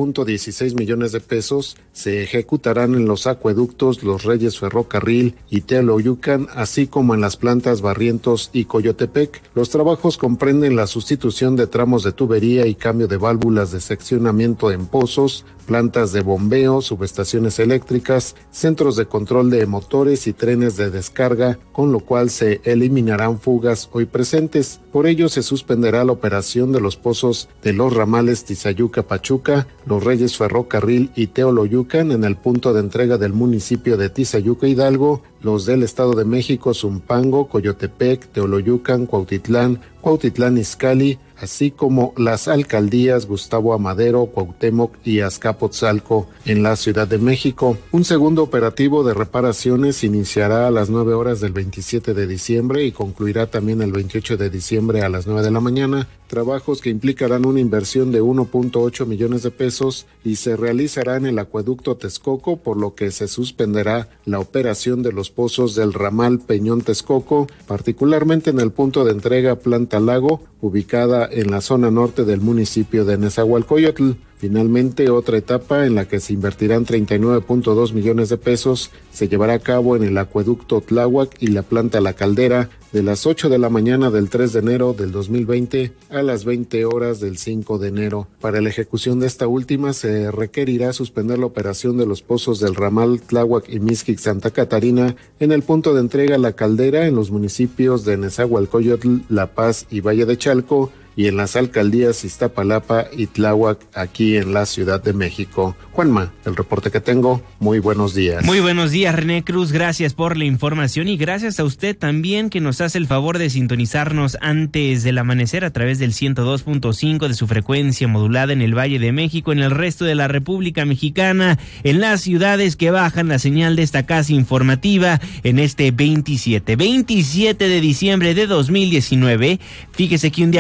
9.16 millones de pesos, se ejecutarán en los acueductos Los Reyes Ferrocarril y Teoloyucan, así como en las plantas Barrientos y Coyotepec. Los trabajos comprenden la sustitución de tramos de tubería y cambio de válvulas de seccionamiento en pozos, plantas de bombeo, subestaciones eléctricas, centros de control de motores y trenes de descarga, con lo cual se eliminarán fugas hoy presentes. Por ello se suspenderá la operación de los pozos de los ramales Tizayuca-Pachuca, Los Reyes Ferrocarril y Teoloyucan en el punto de entrega del municipio de Tizayuca Hidalgo, los del Estado de México Zumpango, Coyotepec, Teoloyucan, Cuautitlán Izcalli, así como las alcaldías Gustavo Amadero, Cuauhtémoc y Azcapotzalco en la Ciudad de México. Un segundo operativo de reparaciones iniciará a las 9 horas del 27 de diciembre y concluirá también el 28 de diciembre a las 9 de la mañana. Trabajos que implicarán una inversión de 1.8 millones de pesos y se realizará en el acueducto Texcoco, por lo que se suspenderá la operación de los pozos del ramal Peñón-Texcoco, particularmente en el punto de entrega Planta Lago, ubicada en la zona norte del municipio de Nezahualcóyotl. Finalmente, otra etapa en la que se invertirán 39.2 millones de pesos se llevará a cabo en el acueducto Tláhuac y la planta La Caldera, de las 8 de la mañana del 3 de enero del 2020 a las 20 horas del 5 de enero. Para la ejecución de esta última se requerirá suspender la operación de los pozos del ramal Tláhuac y Mixquic Santa Catarina en el punto de entrega La Caldera en los municipios de Nezahualcóyotl, La Paz y Valle de Chalco, y en las alcaldías Iztapalapa y Tláhuac, aquí en la Ciudad de México. Juanma, el reporte que tengo. Muy buenos días. Muy buenos días, René Cruz. Gracias por la información y gracias a usted también que nos hace el favor de sintonizarnos antes del amanecer a través del 102.5 de su frecuencia modulada en el Valle de México, en el resto de la República Mexicana, en las ciudades que bajan la señal de esta casa informativa en este 27 de diciembre de 2019. Fíjese que un día como hoy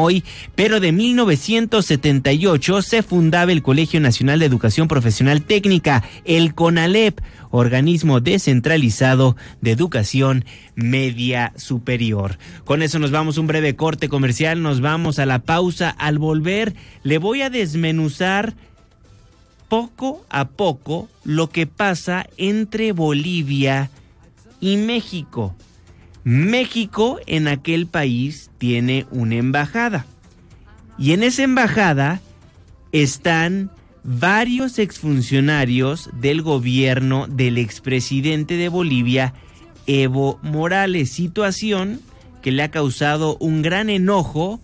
hoy, pero de 1978 se fundaba el Colegio Nacional de Educación Profesional Técnica, el CONALEP, organismo descentralizado de educación media superior. Con eso nos vamos a un breve corte comercial, nos vamos a la pausa. Al volver le voy a desmenuzar poco a poco lo que pasa entre Bolivia y México. México en aquel país tiene una embajada y en esa embajada están varios exfuncionarios del gobierno del expresidente de Bolivia, Evo Morales, situación que le ha causado un gran enojo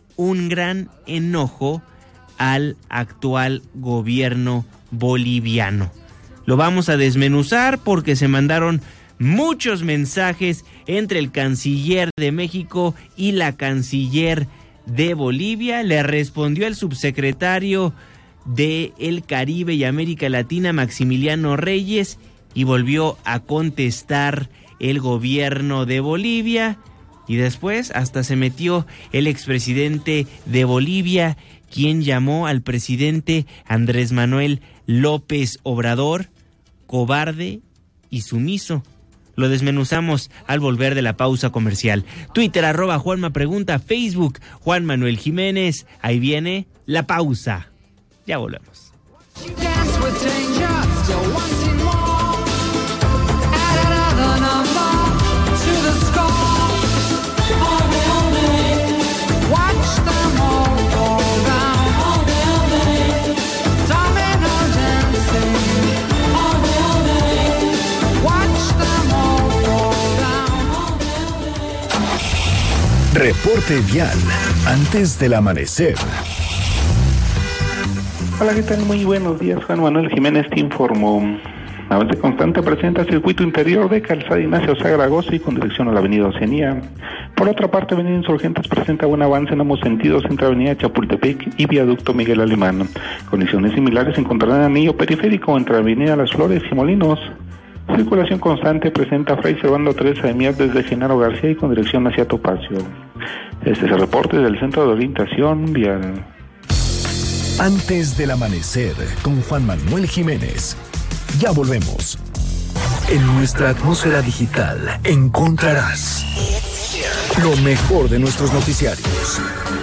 al actual gobierno boliviano. Lo vamos a desmenuzar porque se mandaron muchos mensajes entre el canciller de México y la canciller de Bolivia. Le respondió el subsecretario de el Caribe y América Latina, Maximiliano Reyes, y volvió a contestar el gobierno de Bolivia, y después hasta se metió el expresidente de Bolivia, quien llamó al presidente Andrés Manuel López Obrador cobarde y sumiso. Lo desmenuzamos al volver de la pausa comercial. Twitter, @JuanmaPregunta, Facebook, Juan Manuel Jiménez. Ahí viene la pausa. Ya volvemos. Reporte vial antes del amanecer. Hola, ¿qué tal? Muy buenos días, Juan Manuel Jiménez te informo. Avance constante presenta circuito interior de Calzada Ignacio Sagragosa y con dirección a la avenida Oceanía. Por otra parte, avenida Insurgentes presenta buen avance en ambos sentidos entre avenida Chapultepec y viaducto Miguel Alemán. Condiciones similares se encontrarán en el anillo periférico entre avenida Las Flores y Molinos. Circulación constante presenta Fray Servando Teresa de Mier desde Genaro García y con dirección hacia Topacio. Este es el reporte del Centro de Orientación Vial. Antes del amanecer, con Juan Manuel Jiménez. Ya volvemos. En nuestra atmósfera digital encontrarás lo mejor de nuestros noticiarios.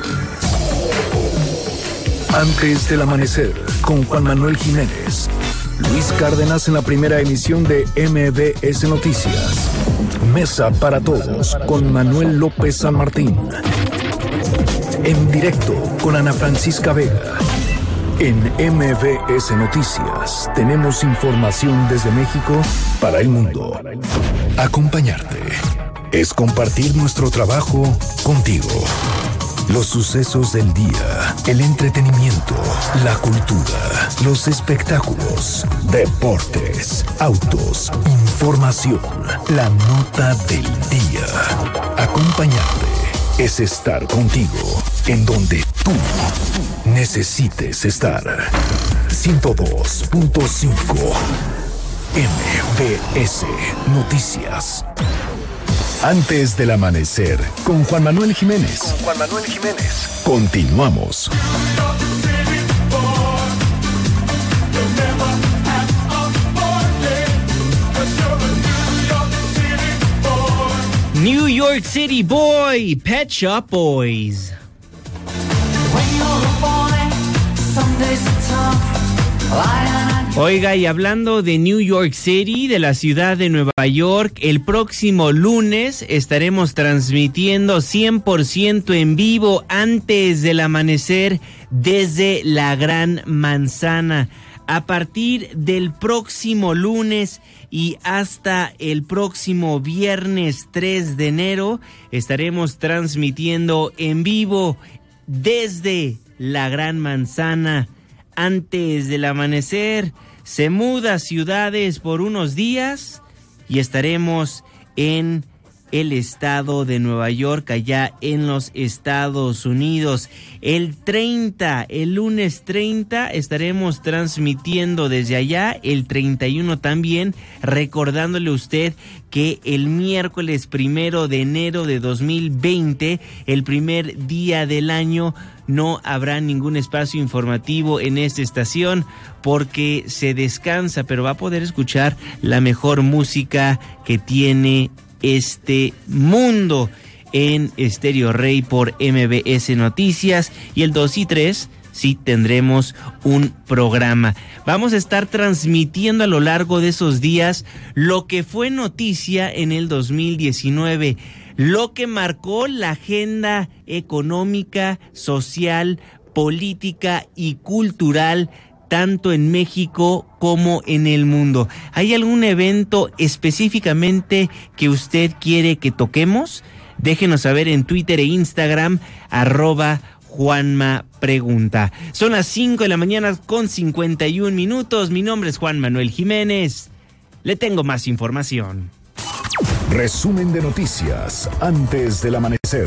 Antes del amanecer, con Juan Manuel Jiménez. Luis Cárdenas en la primera emisión de MBS Noticias. Mesa para Todos con Manuel López San Martín. En directo con Ana Francisca Vega. En MBS Noticias tenemos información desde México para el mundo. Acompañarte es compartir nuestro trabajo contigo. Los sucesos del día, el entretenimiento, la cultura, los espectáculos, deportes, autos, información, la nota del día. Acompañarte es estar contigo en donde tú necesites estar. 102.5 MBS Noticias. Antes del amanecer, con Juan Manuel Jiménez. Continuamos. New York City Boy, Pet Shop Boys. Oiga, y hablando de New York City, de la ciudad de Nueva York, el próximo lunes estaremos transmitiendo 100% en vivo antes del amanecer desde la Gran Manzana. A partir del próximo lunes y hasta el próximo viernes 3 de enero estaremos transmitiendo en vivo desde la Gran Manzana. Antes del amanecer, se muda ciudades por unos días y estaremos en el estado de Nueva York, allá en los Estados Unidos. El lunes 30, estaremos transmitiendo desde allá, el 31 también, recordándole a usted que el miércoles 1 de enero de 2020, el primer día del año, no habrá ningún espacio informativo en esta estación porque se descansa, pero va a poder escuchar la mejor música que tiene este mundo en Estéreo Rey por MBS Noticias, y el 2 y 3 sí tendremos un programa. Vamos a estar transmitiendo a lo largo de esos días lo que fue noticia en el 2019, lo que marcó la agenda económica, social, política y cultural tanto en México como en el mundo. ¿Hay algún evento específicamente que usted quiere que toquemos? Déjenos saber en Twitter e Instagram, @Juanma Pregunta. Son las 5 de la mañana con 51 minutos. Mi nombre es Juan Manuel Jiménez. Le tengo más información. Resumen de noticias antes del amanecer.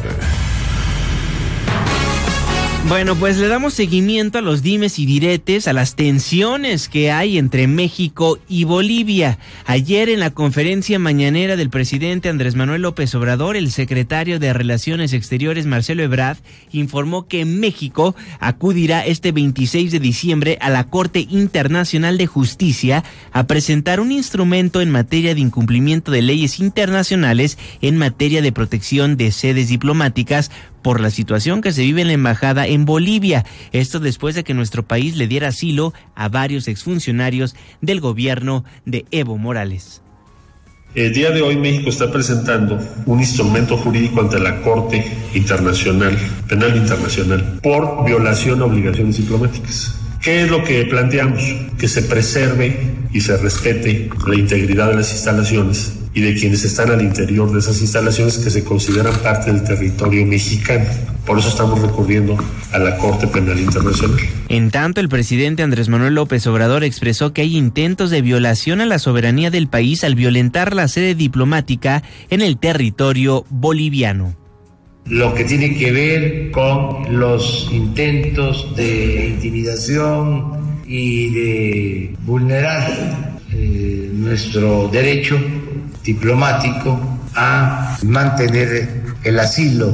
Bueno, pues le damos seguimiento a los dimes y diretes, a las tensiones que hay entre México y Bolivia. Ayer, en la conferencia mañanera del presidente Andrés Manuel López Obrador, el secretario de Relaciones Exteriores, Marcelo Ebrard, informó que México acudirá este 26 de diciembre a la Corte Internacional de Justicia a presentar un instrumento en materia de incumplimiento de leyes internacionales en materia de protección de sedes diplomáticas por la situación que se vive en la embajada en Bolivia. Esto después de que nuestro país le diera asilo a varios exfuncionarios del gobierno de Evo Morales. El día de hoy México está presentando un instrumento jurídico ante la Corte Internacional, Penal Internacional, por violación a obligaciones diplomáticas. ¿Qué es lo que planteamos? Que se preserve y se respete la integridad de las instalaciones y de quienes están al interior de esas instalaciones que se consideran parte del territorio mexicano. Por eso estamos recurriendo a la Corte Penal Internacional. En tanto, el presidente Andrés Manuel López Obrador expresó que hay intentos de violación a la soberanía del país al violentar la sede diplomática en el territorio boliviano. Lo que tiene que ver con los intentos de intimidación y de vulnerar nuestro derecho diplomático a mantener el asilo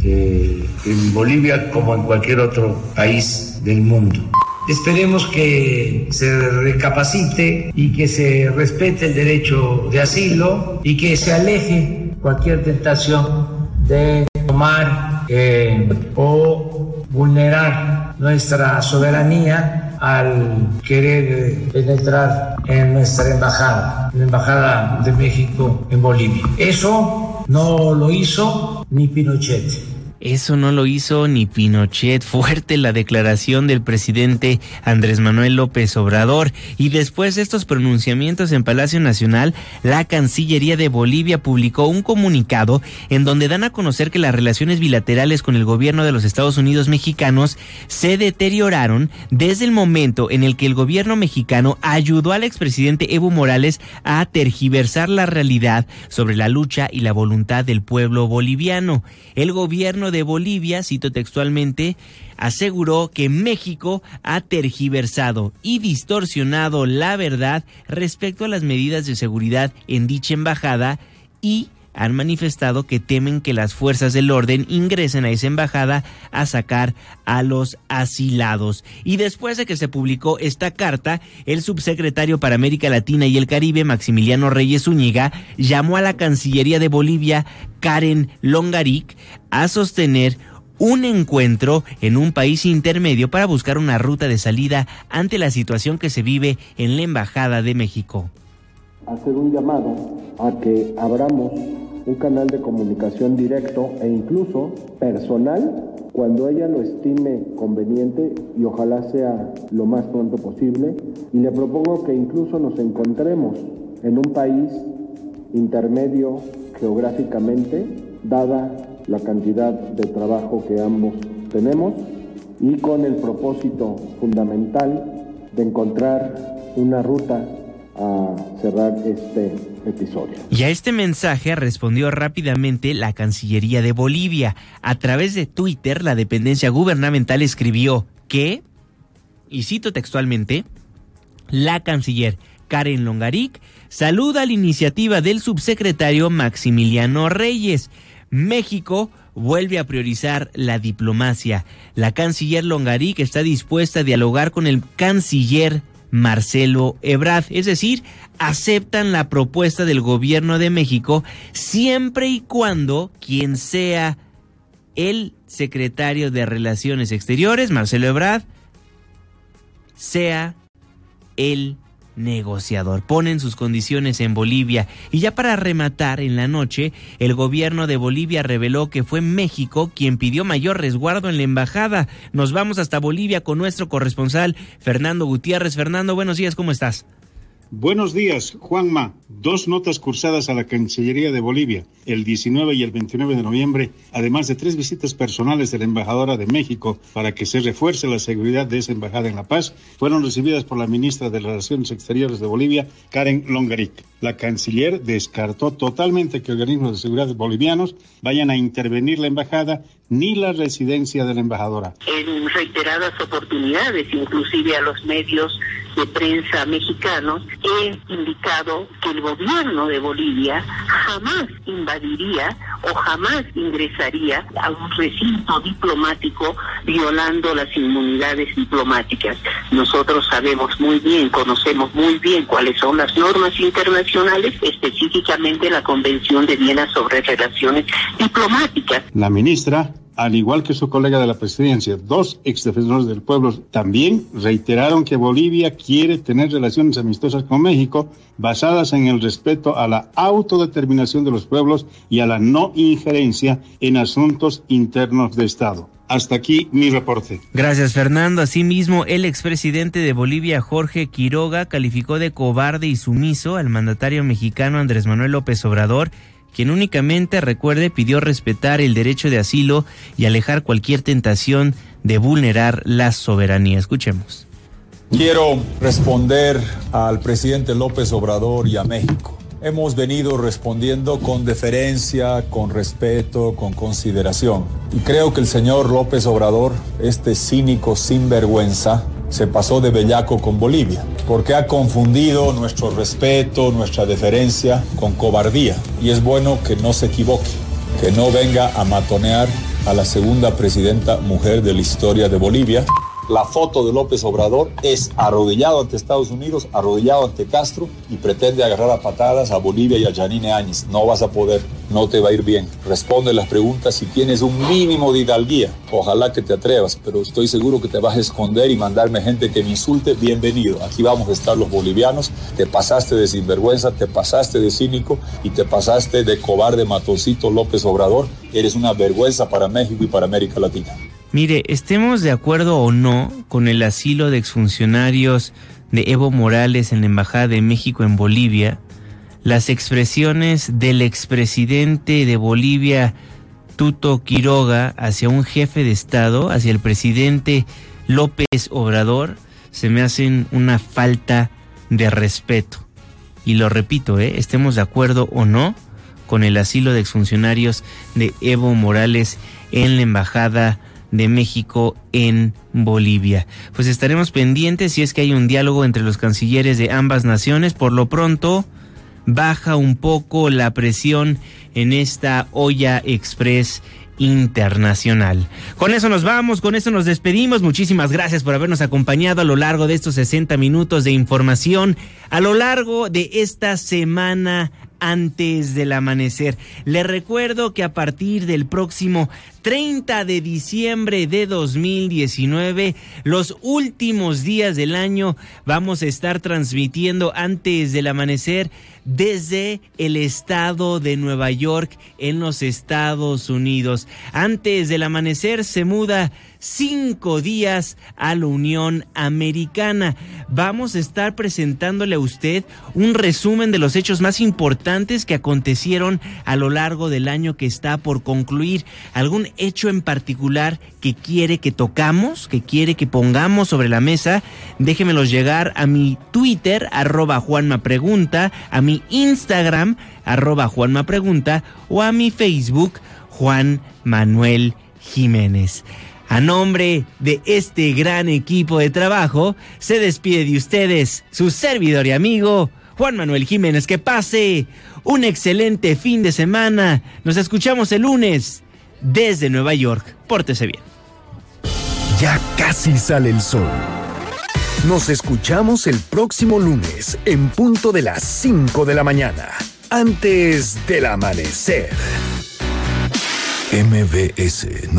en Bolivia como en cualquier otro país del mundo. Esperemos que se recapacite y que se respete el derecho de asilo y que se aleje cualquier tentación de tomar o vulnerar nuestra soberanía al querer penetrar en nuestra embajada, la embajada de México en Bolivia. Eso no lo hizo ni Pinochet. Eso no lo hizo ni Pinochet. Fuerte la declaración del presidente Andrés Manuel López Obrador. Y después de estos pronunciamientos en Palacio Nacional, la Cancillería de Bolivia publicó un comunicado en donde dan a conocer que las relaciones bilaterales con el gobierno de los Estados Unidos mexicanos se deterioraron desde el momento en el que el gobierno mexicano ayudó al expresidente Evo Morales a tergiversar la realidad sobre la lucha y la voluntad del pueblo boliviano. El gobierno de Bolivia, cito textualmente, aseguró que México ha tergiversado y distorsionado la verdad respecto a las medidas de seguridad en dicha embajada y han manifestado que temen que las fuerzas del orden ingresen a esa embajada a sacar a los asilados. Y después de que se publicó esta carta, el subsecretario para América Latina y el Caribe, Maximiliano Reyes Zúñiga, llamó a la Cancillería de Bolivia, Karen Longaric, a sostener un encuentro en un país intermedio para buscar una ruta de salida ante la situación que se vive en la Embajada de México. Hacer un llamado a que abramos un canal de comunicación directo e incluso personal cuando ella lo estime conveniente y ojalá sea lo más pronto posible. Y le propongo que incluso nos encontremos en un país intermedio geográficamente, dada la cantidad de trabajo que ambos tenemos y con el propósito fundamental de encontrar una ruta a cerrar este episodio. Y a este mensaje respondió rápidamente la Cancillería de Bolivia. A través de Twitter, la dependencia gubernamental escribió que, y cito textualmente, la canciller Karen Longaric saluda la iniciativa del subsecretario Maximiliano Reyes. México vuelve a priorizar la diplomacia. La canciller Longaric está dispuesta a dialogar con el canciller Marcelo Ebrard, es decir, aceptan la propuesta del gobierno de México siempre y cuando quien sea el secretario de Relaciones Exteriores, Marcelo Ebrard, sea el negociador. Ponen sus condiciones en Bolivia. Y ya para rematar, en la noche, el gobierno de Bolivia reveló que fue México quien pidió mayor resguardo en la embajada. Nos vamos hasta Bolivia con nuestro corresponsal, Fernando Gutiérrez. Fernando, buenos días, ¿cómo estás? Buenos días, Juanma. 2 notas cursadas a la Cancillería de Bolivia, el 19 y el 29 de noviembre, además de 3 visitas personales de la embajadora de México para que se refuerce la seguridad de esa embajada en La Paz, fueron recibidas por la ministra de Relaciones Exteriores de Bolivia, Karen Longaric. La canciller descartó totalmente que organismos de seguridad bolivianos vayan a intervenir la embajada ni la residencia de la embajadora. En reiteradas oportunidades, inclusive a los medios de prensa mexicanos, he indicado que el gobierno de Bolivia jamás invadiría o jamás ingresaría a un recinto diplomático violando las inmunidades diplomáticas. Nosotros sabemos muy bien, conocemos muy bien cuáles son las normas internacionales, específicamente la Convención de Viena sobre Relaciones Diplomáticas. La ministra, al igual que su colega de la presidencia, 2 exdefensores del pueblo, también reiteraron que Bolivia quiere tener relaciones amistosas con México basadas en el respeto a la autodeterminación de los pueblos y a la no injerencia en asuntos internos de Estado. Hasta aquí mi reporte. Gracias, Fernando. Asimismo, el expresidente de Bolivia, Jorge Quiroga, calificó de cobarde y sumiso al mandatario mexicano Andrés Manuel López Obrador, quien únicamente, recuerde, pidió respetar el derecho de asilo y alejar cualquier tentación de vulnerar la soberanía. Escuchemos. Quiero responder al presidente López Obrador y a México. Hemos venido respondiendo con deferencia, con respeto, con consideración. Y creo que el señor López Obrador, este cínico sinvergüenza, se pasó de bellaco con Bolivia, porque ha confundido nuestro respeto, nuestra deferencia con cobardía. Y es bueno que no se equivoque, que no venga a matonear a la segunda presidenta mujer de la historia de Bolivia. La foto de López Obrador es arrodillado ante Estados Unidos, arrodillado ante Castro y pretende agarrar a patadas a Bolivia y a Yanine Áñez. No vas a poder, no te va a ir bien. Responde las preguntas si tienes un mínimo de hidalguía. Ojalá que te atrevas, pero estoy seguro que te vas a esconder y mandarme gente que me insulte. Bienvenido. Aquí vamos a estar los bolivianos. Te pasaste de sinvergüenza, te pasaste de cínico y te pasaste de cobarde matoncito López Obrador. Eres una vergüenza para México y para América Latina. Mire, estemos de acuerdo o no con el asilo de exfuncionarios de Evo Morales en la Embajada de México en Bolivia, las expresiones del expresidente de Bolivia, Tuto Quiroga, hacia un jefe de Estado, hacia el presidente López Obrador, se me hacen una falta de respeto. Y lo repito, estemos de acuerdo o no con el asilo de exfuncionarios de Evo Morales en la Embajada de México en Bolivia. Pues estaremos pendientes si es que hay un diálogo entre los cancilleres de ambas naciones. Por lo pronto, baja un poco la presión en esta olla express internacional. Con eso nos vamos, con eso nos despedimos. Muchísimas gracias por habernos acompañado a lo largo de estos 60 minutos de información, a lo largo de esta semana antes del amanecer. Les recuerdo que a partir del próximo 30 de diciembre de 2019, los últimos días del año, vamos a estar transmitiendo antes del amanecer desde el estado de Nueva York en los Estados Unidos. Antes del amanecer se muda 5 días a la Unión Americana. Vamos a estar presentándole a usted un resumen de los hechos más importantes que acontecieron a lo largo del año que está por concluir. ¿Algún hecho en particular que quiere que tocamos, que quiere que pongamos sobre la mesa? Déjemelos llegar a mi Twitter, @JuanmaPregunta, a mi Instagram, @JuanmaPregunta, o a mi Facebook, Juan Manuel Jiménez. A nombre de este gran equipo de trabajo, se despide de ustedes su servidor y amigo, Juan Manuel Jiménez. Que pase un excelente fin de semana. Nos escuchamos el lunes desde Nueva York. Pórtese bien. Ya casi sale el sol. Nos escuchamos el próximo lunes en punto de las 5 de la mañana, antes del amanecer. MBS